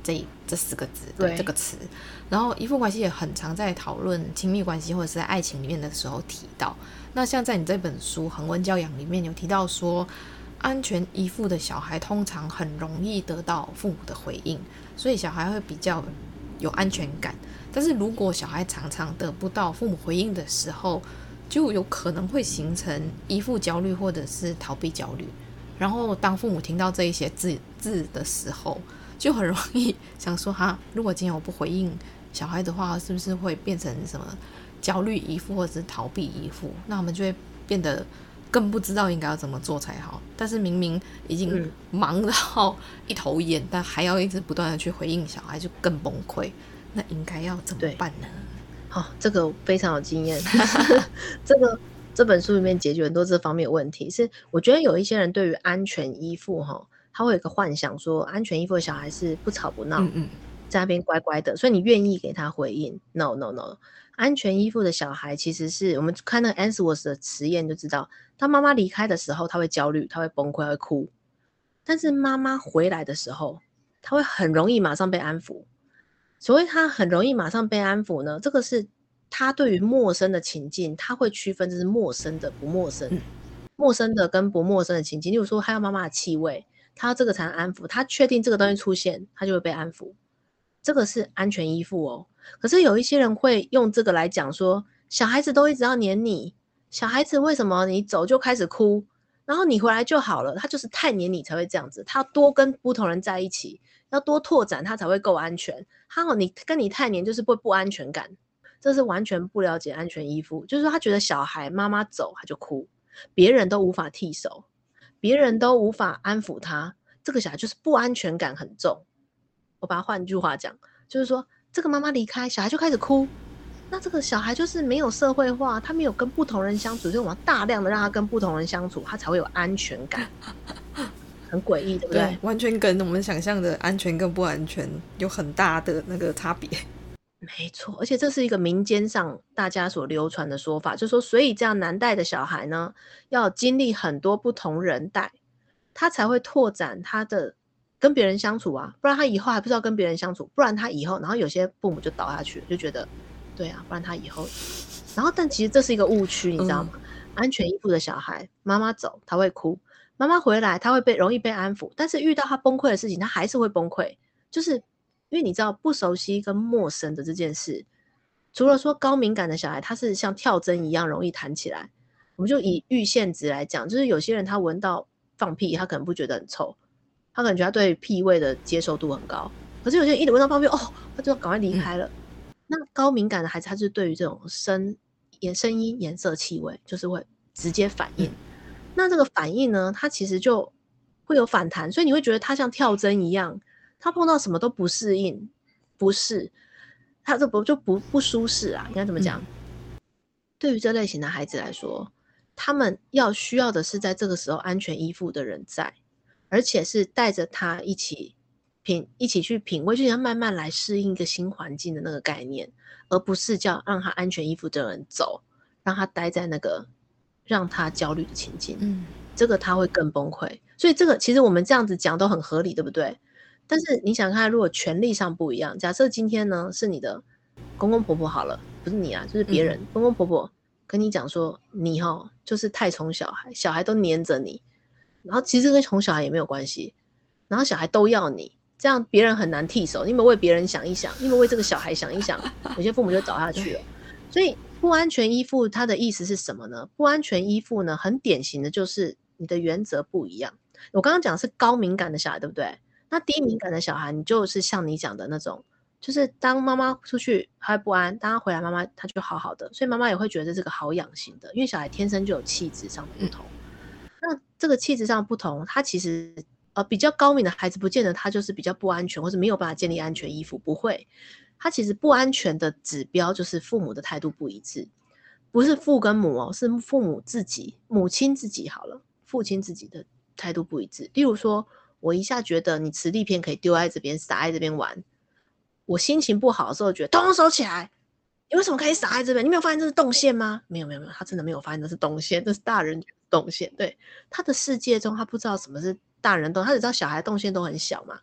这4个字， 对这个词。然后依附关系也很常在讨论亲密关系或者是在爱情里面的时候提到。那像在你这本书《恒温教养》里面有提到说，安全依附的小孩通常很容易得到父母的回应，所以小孩会比较有安全感。但是如果小孩常常得不到父母回应的时候，就有可能会形成依附焦虑或者是逃避焦虑。然后当父母听到这一些字的时候，就很容易想说如果今天我不回应小孩的话，是不是会变成什么焦虑依附或者是逃避依附？那我们就会变得更不知道应该要怎么做才好。但是明明已经忙到一头烟，但还要一直不断的去回应小孩，就更崩溃。那应该要怎么办呢？ 这个非常有经验这本书里面解决很多这方面的问题。是我觉得有一些人对于安全依附他会有一个幻想说安全依附的小孩是不吵不闹，在那边乖乖的，所以你愿意给他回应。 No， 安全依附的小孩其实是我们看那个 Ainsworth 的实验就知道，当妈妈离开的时候他会焦虑，他会崩溃，他会哭，但是妈妈回来的时候他会很容易马上被安抚。所谓他很容易马上被安抚呢，这个是他对于陌生的情境他会区分这是陌生的不陌生，陌生的跟不陌生的情境。例如说他要妈妈的气味，他要这个才能安抚，他确定这个东西出现他就会被安抚，这个是安全依附哦。可是有一些人会用这个来讲说，小孩子都一直要黏你，小孩子为什么你走就开始哭，然后你回来就好了，他就是太黏你才会这样子，他要多跟不同人在一起，要多拓展他才会够安全。你跟你太黏就是不安全感，这是完全不了解安全依附。就是说他觉得小孩妈妈走他就哭，别人都无法替手，别人都无法安抚他，这个小孩就是不安全感很重。我把它换句话讲，就是说这个妈妈离开，小孩就开始哭，那这个小孩就是没有社会化，他没有跟不同人相处，所以我们要大量的让他跟不同人相处，他才会有安全感。很诡异，对不对？ 对，完全跟我们想象的安全跟不安全有很大的那个差别。 没错，而且这是一个民间上大家所流传的说法，就是说所以这样难带的小孩呢，要经历很多不同人带，他才会拓展他的跟别人相处啊，不然他以后还不知道跟别人相处，不然他以后，然后有些父母就倒下去了，就觉得对啊，不然他以后，然后但其实这是一个误区，你知道吗？安全依附的小孩，妈妈走他会哭，妈妈回来他会容易被安抚，但是遇到他崩溃的事情他还是会崩溃，就是因为你知道不熟悉跟陌生的这件事，除了说高敏感的小孩他是像跳针一样容易弹起来，我们就以阈限值来讲，就是有些人他闻到放屁他可能不觉得很臭，他可能觉得他对屁味的接受度很高，可是有些人一闻到放屁他就赶快离开了。那高敏感的孩子他是对于这种声音颜色气味就是会直接反应，那这个反应呢他其实就会有反弹，所以你会觉得他像跳针一样，他碰到什么都不适应，不是他这不舒适啊，应该怎么讲？对于这类型的孩子来说，他们需要的是在这个时候安全依附的人在，而且是带着他一起去品味，就像慢慢来适应一个新环境的那个概念，而不是叫让他安全依附的人走，让他待在那个让他焦虑的情境，这个他会更崩溃。所以这个其实我们这样子讲都很合理，对不对？但是你想看，如果权力上不一样，假设今天呢是你的公公婆婆好了，不是你啊，就是别人，公公婆婆跟你讲说你就是太宠小孩，小孩都黏着你，然后其实跟宠小孩也没有关系，然后小孩都要你，这样别人很难替手，你们为别人想一想，你们为这个小孩想一想，有些父母就倒下去了。所以不安全依附它的意思是什么呢？不安全依附呢，很典型的就是你的原则不一样。我刚刚讲的是高敏感的小孩，对不对？那低敏感的小孩，你就是像你讲的那种，就是当妈妈出去他会不安，当他回来妈妈他就好好的，所以妈妈也会觉得这个好养型的，因为小孩天生就有气质上的不同。那这个气质上不同，他其实比较高敏的孩子不见得他就是比较不安全，或是没有办法建立安全依附，不会，他其实不安全的指标就是父母的态度不一致，不是父跟母是父母自己，母亲自己好了，父亲自己的态度不一致。例如说我一下觉得你磁力片可以丢在这边撒在这边玩，我心情不好的时候觉得通通收起来，你为什么可以撒在这边？你没有发现这是动线吗？没有，他真的没有发现这是动线，这是大人动线。对，他的世界中他不知道什么是大人动，他只知道小孩动线都很小嘛，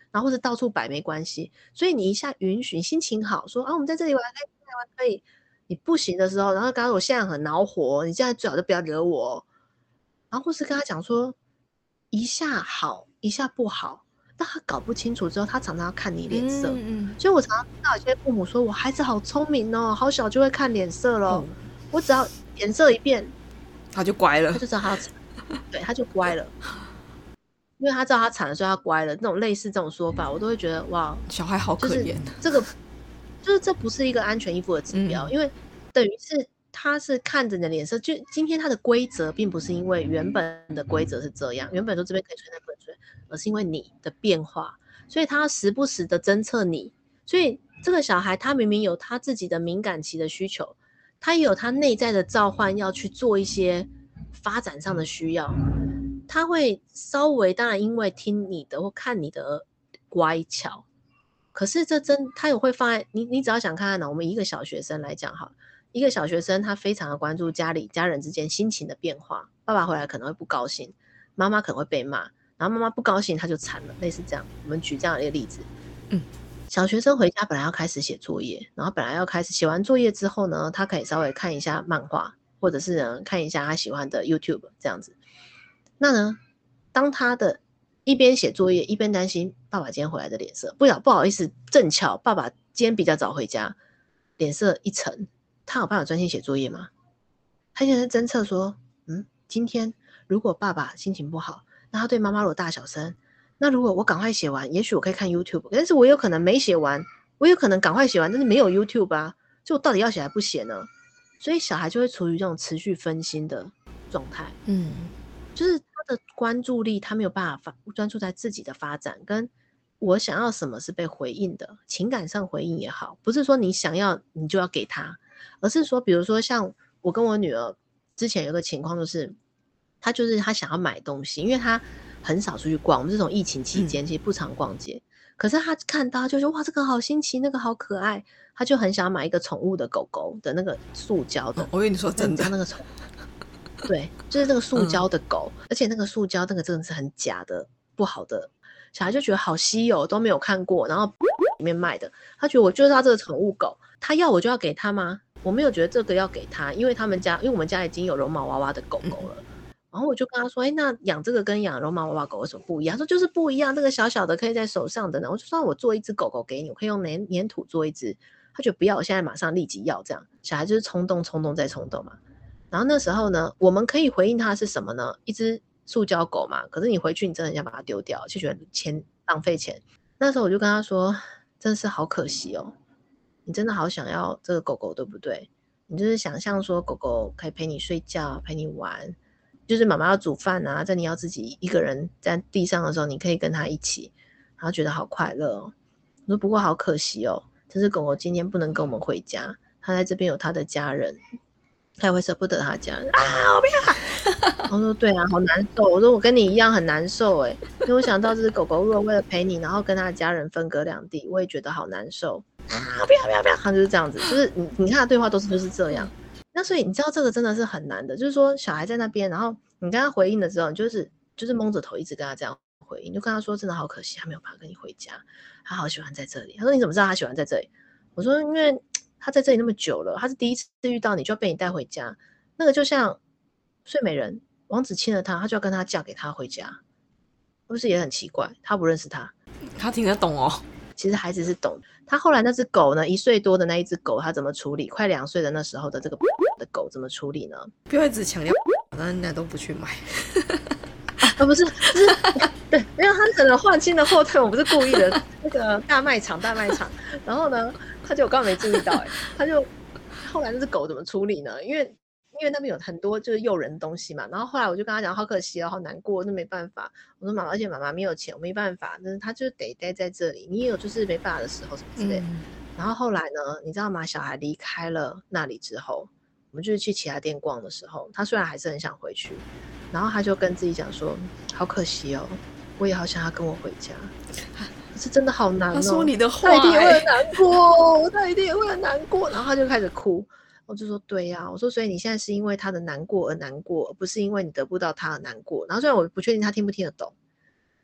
然后或者到处摆没关系。所以你一下允许，心情好，说啊我们在这里玩可以，在这里玩可以。你不行的时候，然后刚刚我现在很恼火，你现在最好就不要惹我。然后或是跟他讲说，一下好，一下不好。但他搞不清楚之后，他常常要看你脸色。所以我常常听到有些父母说，我孩子好聪明哦，好小就会看脸色了。我只要脸色一变， 他就乖了， 他就知道他要惨，对，他就乖了。因为他知道他惨了，所以他乖了。那种类似这种说法，我都会觉得哇， 小孩好可怜。 这个就是这不是一个安全依附的指标，因为等于是他是看着你的脸色。就今天他的规则并不是因为原本的规则是这样，原本说这边可以吹，那不能吹，而是因为你的变化，所以他要时不时的侦测你。所以这个小孩他明明有他自己的敏感期的需求，他也有他内在的召唤要去做一些发展上的需要。他会稍微当然因为听你的或看你的而乖巧，可是他有会放在你只要想看看呢，我们一个小学生来讲好，一个小学生他非常的关注家人之间心情的变化，爸爸回来可能会不高兴，妈妈可能会被骂，然后妈妈不高兴他就惨了，类似这样。我们举这样的一个例子，小学生回家本来要开始写作业，然后本来要开始写完作业之后呢，他可以稍微看一下漫画，或者是看一下他喜欢的 YouTube 这样子。那呢，当他的一边写作业一边担心爸爸今天回来的脸色，不好意思，正巧爸爸今天比较早回家，脸色一沉，他有办法专心写作业吗？他现在侦测说，今天如果爸爸心情不好，那他对妈妈如果大小声，那如果我赶快写完，也许我可以看 YouTube， 但是我有可能没写完，我有可能赶快写完，但是没有 YouTube 啊，就我到底要写还不写呢？所以小孩就会处于这种持续分心的状态。就是他的关注力，他没有办法专注在自己的发展，跟我想要什么是被回应的，情感上回应也好，不是说你想要你就要给他，而是说比如说像我跟我女儿之前有个情况，就是她想要买东西，因为她很少出去逛，我们这种疫情期间其实不常逛街，可是她看到就说哇这个好新奇，那个好可爱，她就很想买一个宠物的狗狗的那个塑胶的。 我跟你说真的， 那个宠对，就是那个塑胶的狗，而且那个塑胶那个真的是很假的，不好的，小孩就觉得好稀有，都没有看过，然后里面卖的，他觉得我就是要这个宠物狗，他要我就要给他吗？我没有觉得这个要给他，因为我们家已经有绒毛娃娃的狗狗了。然后我就跟他说，那养这个跟养绒毛娃娃狗有什么不一样？他说就是不一样，这个小小的可以在手上的呢。我就说我做一只狗狗给你，我可以用粘土做一只。他觉得不要，我现在马上立即要这样。小孩就是冲动再冲动嘛。然后那时候呢，我们可以回应他是什么呢？一只塑胶狗嘛，可是你回去你真的想把它丢掉，就觉得浪费钱。那时候我就跟他说，真是好可惜哦，你真的好想要这个狗狗对不对？你就是想象说狗狗可以陪你睡觉陪你玩，就是妈妈要煮饭啊，在你要自己一个人在地上的时候，你可以跟他一起，然后觉得好快乐哦。我说不过好可惜哦，这只狗狗今天不能跟我们回家，它在这边有它的家人，他也会舍不得他家人啊！我不要。我说对啊，好难受。我说我跟你一样很难受因为我想到这只狗狗如果为了陪你，然后跟他的家人分隔两地，我也觉得好难受啊！不要，他就是这样子，就是你看他对话都是就是这样。那所以你知道这个真的是很难的，就是说小孩在那边，然后你跟他回应的时候，你就是蒙着头一直跟他这样回应，就跟他说真的好可惜，他没有办法跟你回家，他好喜欢在这里。他说你怎么知道他喜欢在这里？我说因为他在这里那么久了，他是第一次遇到你就要被你带回家，那个就像睡美人，王子亲了他，他就要跟他嫁给他回家，不是也很奇怪？他不认识他， 他听得懂哦。 其实孩子是懂。他后来那只狗呢，1岁多的那一只狗，他怎么处理？快2岁的那时候的这个的狗怎么处理呢？ 不要一直强调，那人家都不去买。 不是对，因为他可能换新的后退，我不是故意的。那个大卖场，然后呢，他就我刚刚没注意到，他就后来那只狗怎么处理呢？因为那边有很多就是诱人的东西嘛，然后后来我就跟他讲，好可惜哦，好难过，那没办法。我说妈妈，而且妈妈没有钱，我没办法，但是他就得待在这里，你也有就是没办法的时候什么之类的。然后后来呢，你知道吗？小孩离开了那里之后，我们就是去其他店逛的时候，他虽然还是很想回去，然后他就跟自己讲说，好可惜哦，我也好想要跟我回家，可是真的好难哦。 他说你的话， 他一定也会很难过，他一定也会很难过。然后他就开始哭。我就说对呀，我说所以你现在是因为他的难过而难过，而不是因为你得不到他而难过。然后虽然我不确定他听不听得懂，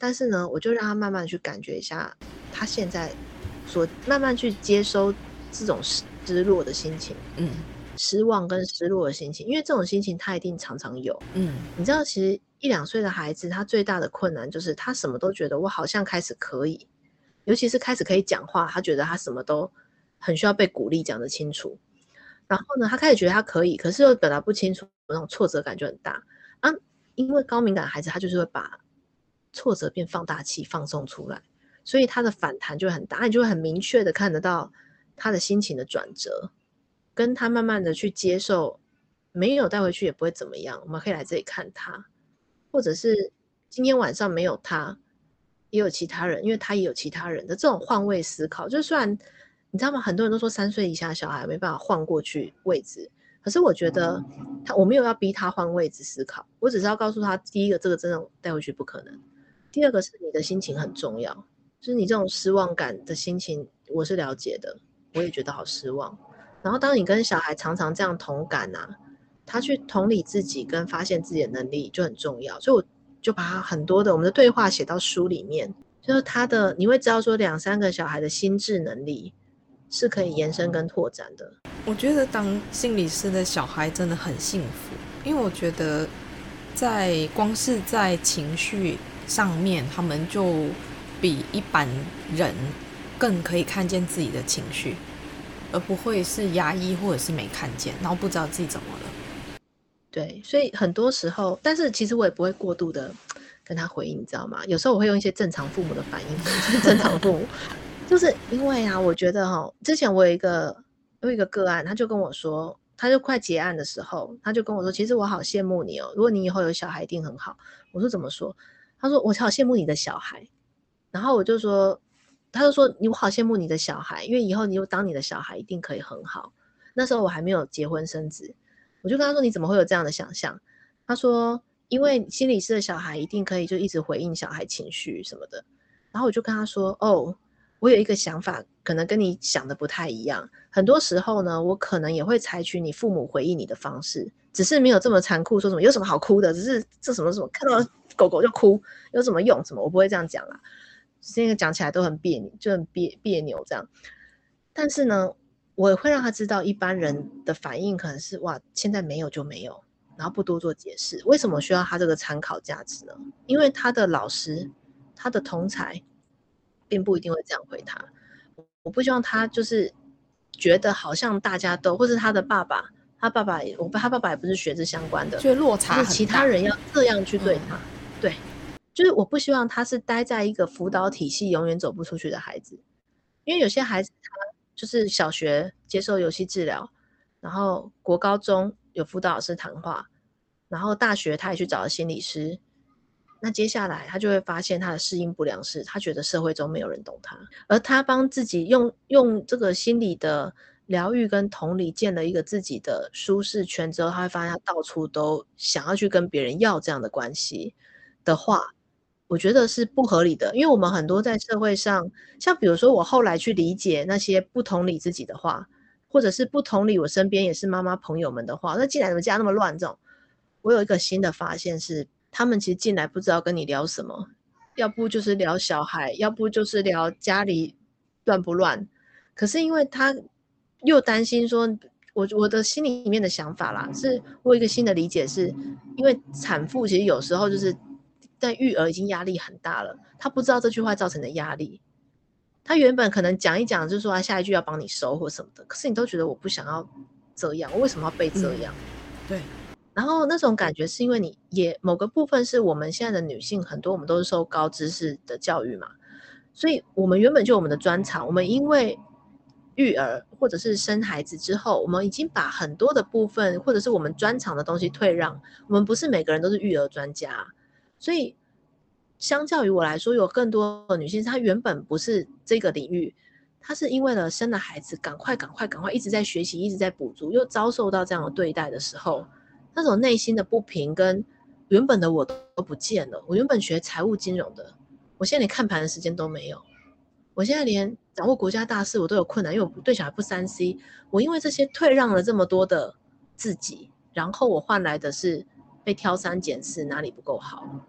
但是呢，我就让他慢慢去感觉一下，他现在所慢慢去接收这种失落的心情，失望跟失落的心情，因为这种心情他一定常常有。你知道，其实1-2岁的孩子，他最大的困难就是他什么都觉得我好像开始可以，尤其是开始可以讲话，他觉得他什么都很需要被鼓励讲得清楚。然后呢，他开始觉得他可以，可是又表达不清楚，那种挫折感就很大啊。因为高敏感的孩子，他就是会把挫折变放大器放送出来，所以他的反弹就会很大，你就会很明确的看得到他的心情的转折，跟他慢慢的去接受，没有带回去也不会怎么样，我们可以来这里看他，或者是今天晚上没有他，也有其他人，因为他也有其他人的这种换位思考。就虽然你知道吗，很多人都说3岁以下的小孩没办法换过去位置，可是我觉得我没有要逼他换位置思考，我只是要告诉他，第一个，这个真的带回去不可能，第二个是你的心情很重要，就是你这种失望感的心情我是了解的，我也觉得好失望。然后当你跟小孩常常这样同感啊，他去同理自己跟发现自己的能力就很重要，所以我就把他很多的我们的对话写到书里面，就是他的你会知道说2-3个小孩的心智能力是可以延伸跟拓展的。 我觉得当心理师的小孩真的很幸福，因为我觉得光是在情绪上面，他们就比一般人更可以看见自己的情绪，而不会是压抑或者是没看见，然后不知道自己怎么了。 对，所以很多时候，但是其实我也不会过度的跟他回应，你知道吗？有时候我会用一些正常父母的反应，正常父母，就是因为啊，我觉得之前我有一个个案，他就跟我说，他就快结案的时候，他就跟我说，其实我好羡慕你哦，如果你以后有小孩一定很好。我说怎么说？他说我好羡慕你的小孩。然后我就说，他就说我好羡慕你的小孩，因为以后你当你的小孩一定可以很好。那时候我还没有结婚生子，我就跟他说你怎么会有这样的想象？他说因为心理师的小孩一定可以就一直回应小孩情绪什么的。然后我就跟他说我有一个想法可能跟你想的不太一样，很多时候呢我可能也会采取你父母回应你的方式，只是没有这么残酷，说什么有什么好哭的，只是这什么什么看到狗狗就哭有什么用什么，我不会这样讲啦，这个讲起来都很别扭，就很别扭这样。但是呢我会让他知道一般人的反应可能是哇现在没有就没有，然后不多做解释。为什么需要他这个参考价值呢？因为他的老师他的同侪并不一定会这样回他，我不希望他就是觉得好像大家都，或是他的爸爸，他爸爸也不是学这相关的， 就落差很大， 就是其他人要这样去对他，对，就是我不希望他是待在一个辅导体系永远走不出去的孩子。因为有些孩子他就是小学接受游戏治疗，然后国高中有辅导老师谈话，然后大学他也去找了心理师，那接下来他就会发现他的适应不良是他觉得社会中没有人懂他，而他帮自己用这个心理的疗愈跟同理建了一个自己的舒适圈之后，他会发现他到处都想要去跟别人要这样的关系的话，我觉得是不合理的。因为我们很多在社会上，像比如说我后来去理解那些不同理自己的话，或者是不同理我身边也是妈妈朋友们的话，那进来怎么家那么乱这种，我有一个新的发现是他们其实进来不知道跟你聊什么，要不就是聊小孩，要不就是聊家里乱不乱。可是因为他又担心说，我的心里面的想法啦，是我有一个新的理解是，因为产妇其实有时候就是在育儿已经压力很大了，他不知道这句话造成的压力。他原本可能讲一讲，就是说下一句要帮你收或什么的，可是你都觉得我不想要这样，我为什么要被这样？ 对。 然后那种感觉是因为你也某个部分是我们现在的女性很多我们都是受高知识的教育嘛，所以我们原本就有我们的专长，我们因为育儿或者是生孩子之后，我们已经把很多的部分或者是我们专长的东西退让，我们不是每个人都是育儿专家，所以相较于我来说，有更多的女性她原本不是这个领域，她是因为了生了孩子赶快一直在学习一直在补足，又遭受到这样的对待的时候，那种内心的不平跟原本的我都不见了。我原本学财务金融的，我现在连看盘的时间都没有，我现在连掌握国家大事我都有困难，因为我对小孩不3C， 我因为这些退让了这么多的自己，然后我换来的是被挑三拣四哪里不够好。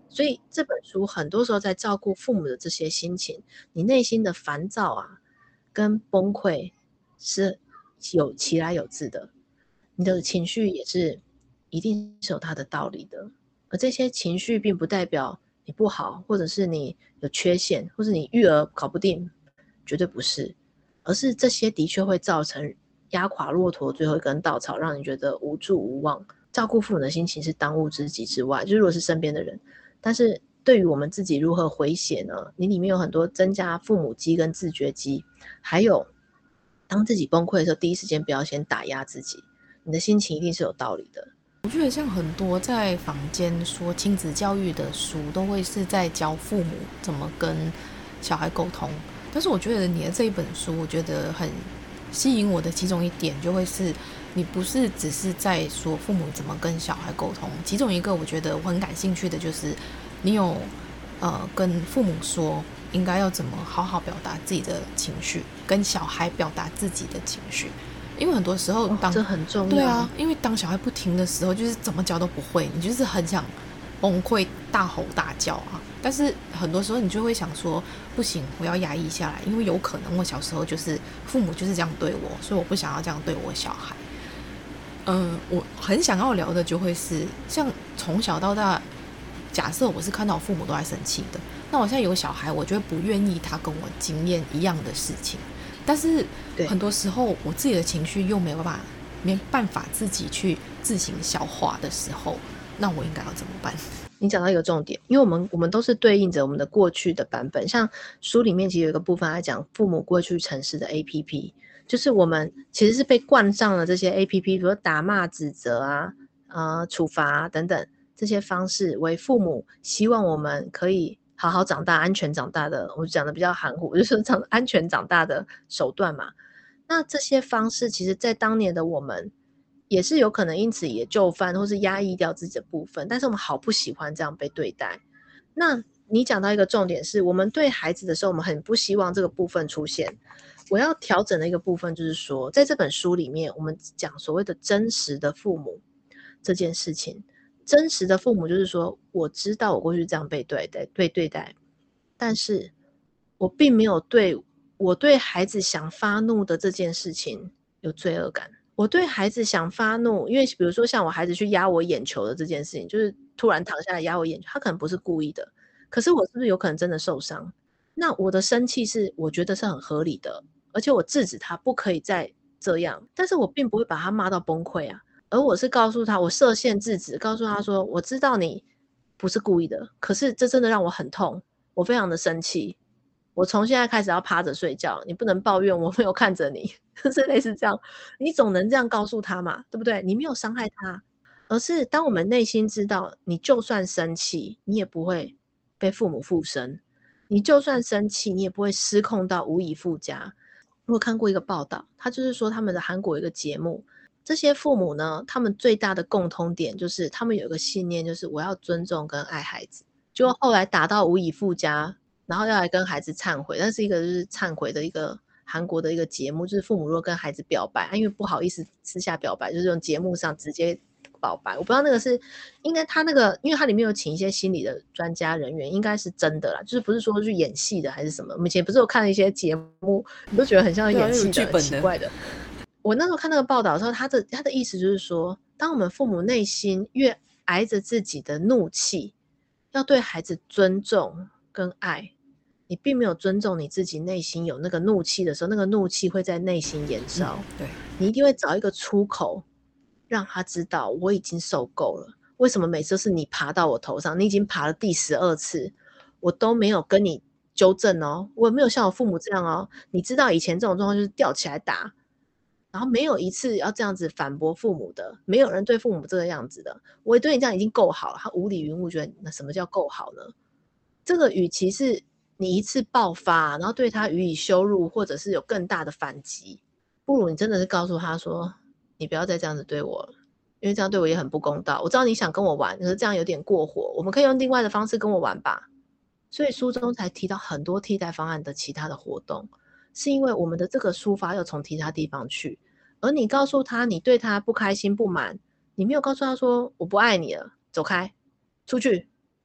所以这本书很多时候在照顾父母的这些心情，你内心的烦躁啊跟崩溃是有其来有自的，你的情绪也是一定是有它的道理的，而这些情绪并不代表你不好，或者是你有缺陷，或是你育儿搞不定，绝对不是，而是这些的确会造成压垮骆驼最后一根稻草，让你觉得无助无望。照顾父母的心情是当务之急之外，就是如果是身边的人，但是对于我们自己如何回血呢？你里面有很多增加父母肌跟自觉肌，还有当自己崩溃的时候，第一时间不要先打压自己，你的心情一定是有道理的。 我觉得像很多在坊间说亲子教育的书，都会是在教父母怎么跟小孩沟通。但是我觉得你的这一本书，我觉得很吸引我的其中一点，就会是你不是只是在说父母怎么跟小孩沟通。其中一个我觉得我很感兴趣的就是，你有跟父母说应该要怎么好好表达自己的情绪，跟小孩表达自己的情绪。因为很多时候这很重要。 对啊，因为当小孩不停的时候，就是怎么教都不会，你就是很想崩溃大吼大叫啊。但是很多时候你就会想说，不行，我要压抑下来，因为有可能我小时候就是父母就是这样对我，所以我不想要这样对我小孩。我很想要聊的就会是像从小到大，假设我是看到我父母都在生气的，那我现在有小孩，我就会不愿意他跟我经验一样的事情。但是很多时候我自己的情绪又没办法自己去自行消化的时候，那我应该要怎么办？ 你讲到一个重点，因为我们都是对应着我们的过去的版本，像书里面其实有一个部分来讲父母过去城市的 APP， 就是我们其实是被冠上了这些 APP， 比如打骂指责啊、处罚啊等等这些方式，为父母希望我们可以好好长大、安全长大的，我讲的比较含糊，就是安全长大的手段嘛。那这些方式其实在当年的我们也是有可能因此也就范或是压抑掉自己的部分，但是我们好不喜欢这样被对待。那你讲到一个重点是，我们对孩子的时候，我们很不希望这个部分出现。我要调整的一个部分就是说，在这本书里面，我们讲所谓的真实的父母这件事情。真实的父母就是说，我知道我过去这样被对待，但是我并没有对我对孩子想发怒的这件事情有罪恶感。我对孩子想发怒，因为比如说像我孩子去压我眼球的这件事情，就是突然躺下来压我眼球，他可能不是故意的，可是我是不是有可能真的受伤？那我的生气是我觉得是很合理的，而且我制止他不可以再这样，但是我并不会把他骂到崩溃啊。而我是告诉他，我设限制止，告诉他说，我知道你不是故意的，可是这真的让我很痛，我非常的生气，我从现在开始要趴着睡觉，你不能抱怨我没有看着你，是类似这样，你总能这样告诉他嘛，对不对？你没有伤害他，而是当我们内心知道，你就算生气，你也不会被父母附身，你就算生气，你也不会失控到无以复加。我有看过一个报道，他就是说他们的韩国有一个节目，这些父母呢，他们最大的共通点就是他们有一个信念，就是我要尊重跟爱孩子。结果后来打到无以复加，然后要来跟孩子忏悔，但是一个就是忏悔的一个韩国的一个节目，就是父母如果跟孩子表白，因为不好意思私下表白，就是用节目上直接表白。我不知道那个是应该他那个，因为他里面有请一些心理的专家人员，应该是真的啦，就是不是说去演戏的还是什么。我们以前不是有看了一些节目，你都觉得很像演戏的，很奇怪的。我那时候看那个报道的时候，他的意思就是说，当我们父母内心越挨着自己的怒气，要对孩子尊重跟爱，你并没有尊重你自己内心有那个怒气的时候，那个怒气会在内心延烧。 对， 你一定会找一个出口，让他知道我已经受够了。为什么每次都是你爬到我头上？你已经爬了第12次，我都没有跟你纠正哦，我没有像我父母这样哦。你知道以前这种状况就是吊起来打。然后没有一次要这样子反驳父母的，没有人对父母这个样子的。我对你这样已经够好了，他无理云雾，觉得那什么叫够好呢？这个与其是你一次爆发，然后对他予以羞辱，或者是有更大的反击，不如你真的是告诉他说，你不要再这样子对我了，因为这样对我也很不公道。我知道你想跟我玩，可是这样有点过火，我们可以用另外的方式跟我玩吧。所以书中才提到很多替代方案的其他的活动，是因为我们的这个抒发要从其他地方去，而你告诉他你对他不开心不满，你没有告诉他说我不爱你了，走开出去，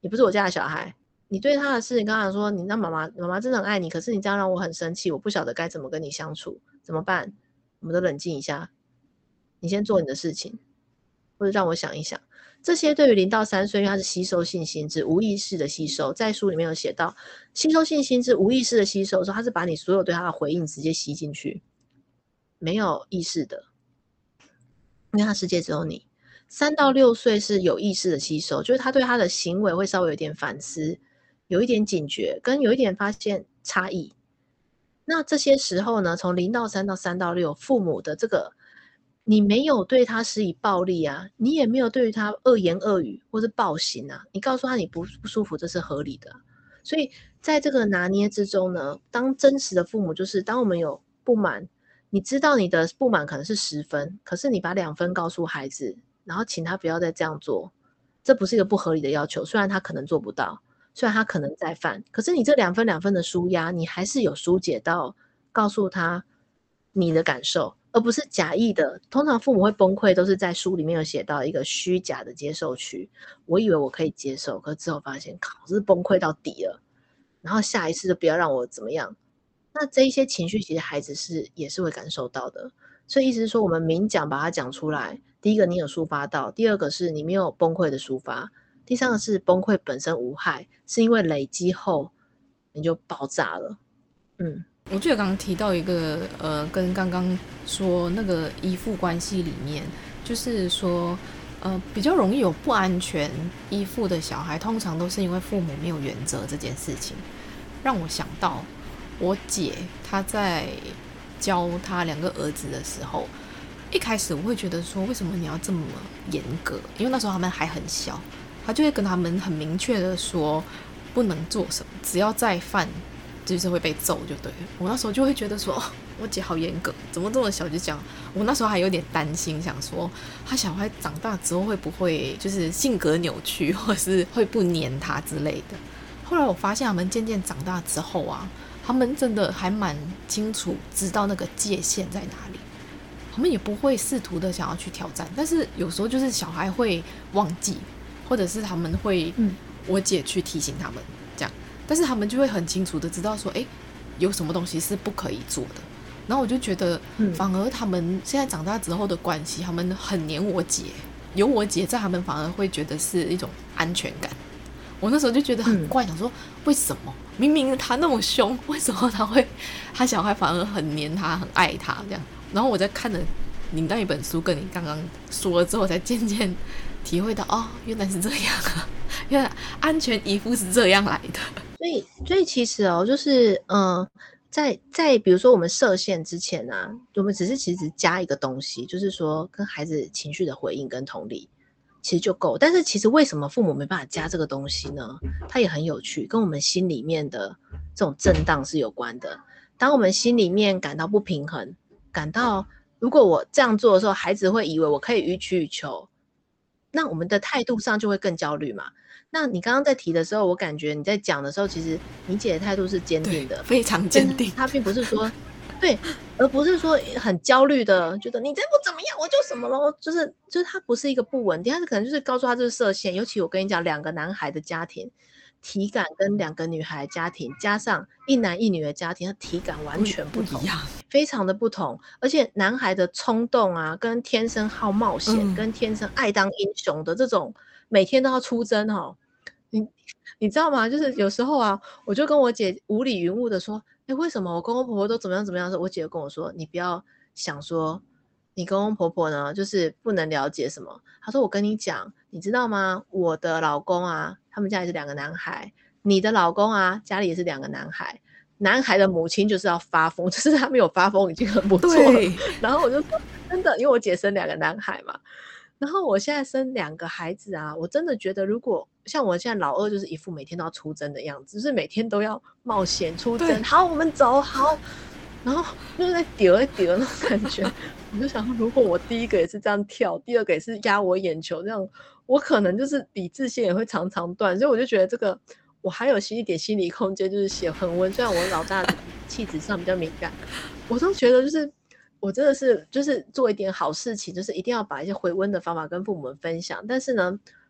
你不是我家的小孩，你对他的事情刚才说，你让妈妈真的很爱你，可是你这样让我很生气，我不晓得该怎么跟你相处，怎么办？我们都冷静一下，你先做你的事情，或者让我想一想。这些对于0到3岁，因为它是吸收性心智，无意识的吸收，在书里面有写到，吸收性心智无意识的吸收的时候，它是把你所有对它的回应直接吸进去，没有意识的，因为它世界只有你。3到6岁是有意识的吸收，就是他对他的行为会稍微有点反思，有一点警觉，跟有一点发现差异。那这些时候呢，从0到3到3到6，父母的这个你没有对他施以暴力啊，你也没有对于他恶言恶语或是暴行啊，你告诉他你不舒服，这是合理的。所以在这个拿捏之中呢，当真实的父母就是当我们有不满，你知道你的不满可能是10分，可是你把2分告诉孩子，然后请他不要再这样做，这不是一个不合理的要求，虽然他可能做不到，虽然他可能再犯，可是你这2分2分的抒压，你还是有疏解到告诉他你的感受，而不是假意的。通常父母会崩溃都是在书里面有写到一个虚假的接受区，我以为我可以接受，可是之后发现靠，这是崩溃到底了，然后下一次就不要让我怎么样。那这一些情绪其实孩子也是会感受到的，所以意思是说我们明讲把它讲出来，第一个你有抒发到，第二个是你没有崩溃的抒发，第三个是崩溃本身无害，是因为累积后你就爆炸了。 我记得刚刚提到一个跟刚刚说那个依附关系里面，就是说比较容易有不安全依附的小孩，通常都是因为父母没有原则这件事情，让我想到我姐她在教她2个儿子的时候，一开始我会觉得说为什么你要这么严格，因为那时候他们还很小，她就会跟他们很明确的说不能做什么，只要再犯就是会被揍就对了。我那时候就会觉得说我姐好严格，怎么这么小就讲。我那时候还有点担心，想说他小孩长大之后会不会就是性格扭曲，或是会不黏他之类的。后来我发现他们渐渐长大之后啊，他们真的还蛮清楚知道那个界限在哪里，他们也不会试图的想要去挑战，但是有时候就是小孩会忘记，或者是他们会我姐去提醒他们这样，但是他们就会很清楚的知道说有什么东西是不可以做的。然后我就觉得反而他们现在长大之后的关系，他们很黏我姐，有我姐在，他们反而会觉得是一种安全感。我那时候就觉得很怪，想说为什么明明他那么凶，为什么他小孩反而很黏他，很爱他这样。然后我在看了你那一本书跟你刚刚说了之後，才渐渐体会到原来是这样啊，原来安全依附是这样来的。 所以其实就是在比如说我们设限之前啊，我们其实加一个东西，就是说跟孩子情绪的回应跟同理其实就够。但是其实为什么父母没办法加这个东西呢？它也很有趣，跟我们心里面的这种震荡是有关的。当我们心里面感到不平衡，感到如果我这样做的时候，孩子会以为我可以予取予求，那我们的态度上就会更焦虑嘛。那你刚刚在提的时候，我感觉你在讲的时候，其实你姐的态度是坚定的， 非常坚定。 她并不是说对，而不是说很焦虑的，觉得你再不怎么样我就什么咯，就是她不是一个不稳定，她可能就是告诉她这是设限。尤其我跟你讲，2个男孩的家庭体感跟2个女孩家庭加上1男1女的家庭，它体感完全不同，非常的不同。而且男孩的冲动啊，跟天生好冒险，跟天生爱当英雄的这种每天都要出征你知道吗？就是有时候啊，我就跟我姐无理云雾的说，为什么我公公婆婆都怎么样怎么样的时候，我姐就跟我说，你不要想说你公公婆婆呢就是不能了解什么。她说我跟你讲，你知道吗？我的老公啊，他们家也是2个男孩，你的老公啊，家里也是2个男孩，男孩的母亲就是要发疯，就是他没有发疯已经很不错了。然后我就说真的，因为我姐生2个男孩嘛，然后我现在生2个孩子啊，我真的觉得如果像我现在老二就是一副每天都要出征的样子，就是每天都要冒险出征，好我们走好，然后就是在丢那种感觉。我就想说如果我第一个也是这样跳，第二个也是压我眼球这样，我可能就是理智线也会常常断。所以我就觉得这个我还有一点心理空间，就是写恒温，虽然我老大的气质上比较敏感，我都觉得就是我真的是就是做一点好事情，就是一定要把一些回温的方法跟父母们分享。但是呢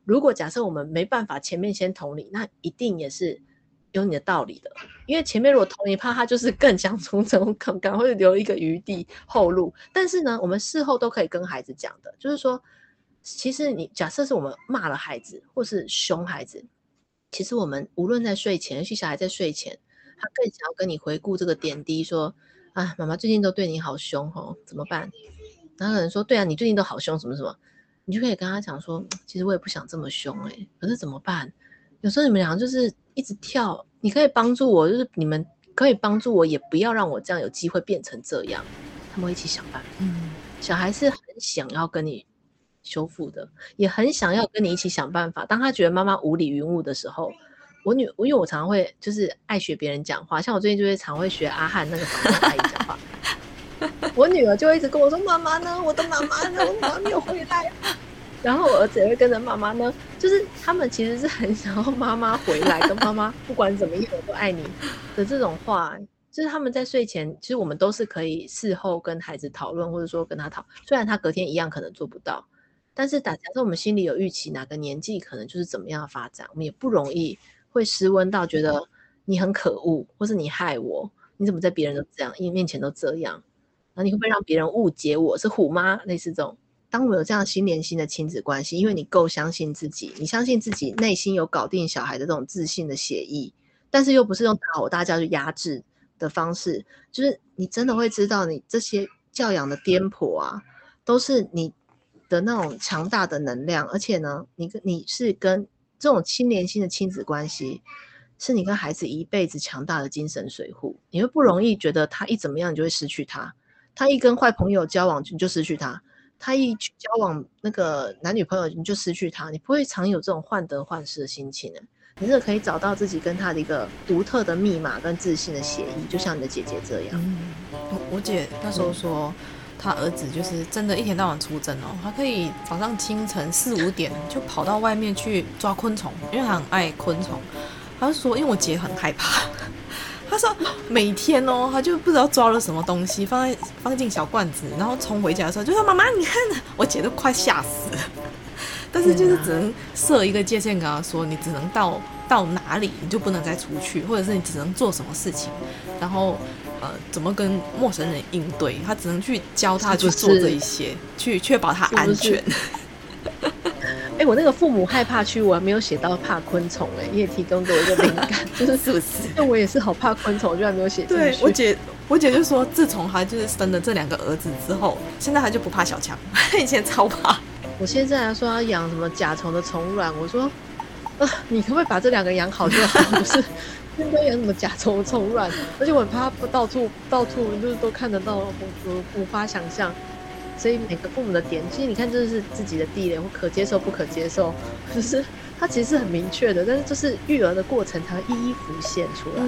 如果假设我们没办法前面先同理，那一定也是有你的道理的，因为前面如果同理，怕他就是更想从中赶快会留一个余地后路。但是呢，我们事后都可以跟孩子讲的，就是说其实你假设是我们骂了孩子或是凶孩子，其实我们无论在睡前，尤其小孩在睡前，他更想要跟你回顾这个点滴，说啊，妈妈最近都对你好凶哦，怎么办？然后有人说对啊，你最近都好凶什么什么，你就可以跟他讲说，其实我也不想这么凶可是怎么办？有时候你们两个就是一直跳，你可以帮助我，就是你们可以帮助我，也不要让我这样有机会变成这样。他们会一起想办法。小孩是很想要跟你修复的，也很想要跟你一起想办法。当他觉得妈妈无理云雾的时候，因为我常常会就是爱学别人讲话，像我最近就会常会学阿汉那个房东阿姨讲话。我女儿就会一直跟我说：“妈妈呢？我的妈妈呢？我妈妈没有回来。”然后我儿子也会跟着妈妈呢，就是他们其实是很想要妈妈回来，跟妈妈不管怎么样我都爱你的这种话。就是他们在睡前，其实我们都是可以事后跟孩子讨论，或者说跟他讨，虽然他隔天一样可能做不到，但是假设我们心里有预期，哪个年纪可能就是怎么样的发展，我们也不容易会失温到觉得你很可恶，或是你害我，你怎么在别人都这样，面前都这样，然后你会不会让别人误解我是虎妈，类似这种。当我们有这样心连心的亲子关系，因为你够相信自己，你相信自己内心有搞定小孩的这种自信的协议，但是又不是用大吼大叫去压制的方式，就是你真的会知道你这些教养的颠簸啊，都是你的那种强大的能量，而且呢，你是跟这种心连心的亲子关系，是你跟孩子一辈子强大的精神水户。你会不容易觉得他一怎么样你就会失去他，他一跟坏朋友交往你就失去他，他一去交往那个男女朋友你就失去他，你不会常有这种患得患失的心情你这个可以找到自己跟他的一个独特的密码跟自信的协议，就像你的姐姐这样。 我姐那时候说，她儿子就是真的一天到晚出征他可以早上清晨4、5点就跑到外面去抓昆虫，因为他很爱昆虫。他就说，因为我姐很害怕，他说每天他就不知道抓了什么东西，放进小罐子，然后冲回家的时候就说妈妈你看，我姐都快吓死了。但是就是只能设一个界限跟他说，你只能到哪里你就不能再出去，或者是你只能做什么事情，然后怎么跟陌生人应对，他只能去教他去做这一些，去确保他安全。 我那个父母害怕区我还没有写到怕昆虫你也提供给我一个灵感，就是是不是？ 因为我也是好怕昆虫，我居然没有写进去。 对，我姐就说，自从她就是生了这2个儿子之后，现在她就不怕小强，她以前超怕。 我现在说要养什么甲虫的虫卵，我说你可不可以把这2个养好就好，不是应该养什么甲虫的虫卵，而且我很怕到处就是都看得到，我无法想象。所以每个父母的点，其实你看这是自己的地雷或可接受不可接受，就是它其实是很明确的，但是就是育儿的过程才会一一浮现出来。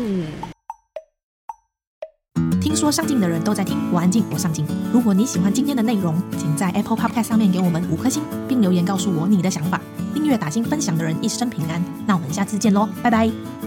听说上进的人都在听，我安静，我上进。如果你喜欢今天的内容，请在 Apple Podcast 上面给我们5颗星，并留言告诉我你的想法。订阅、打星、分享的人一生平安。那我们下次见咯，拜拜。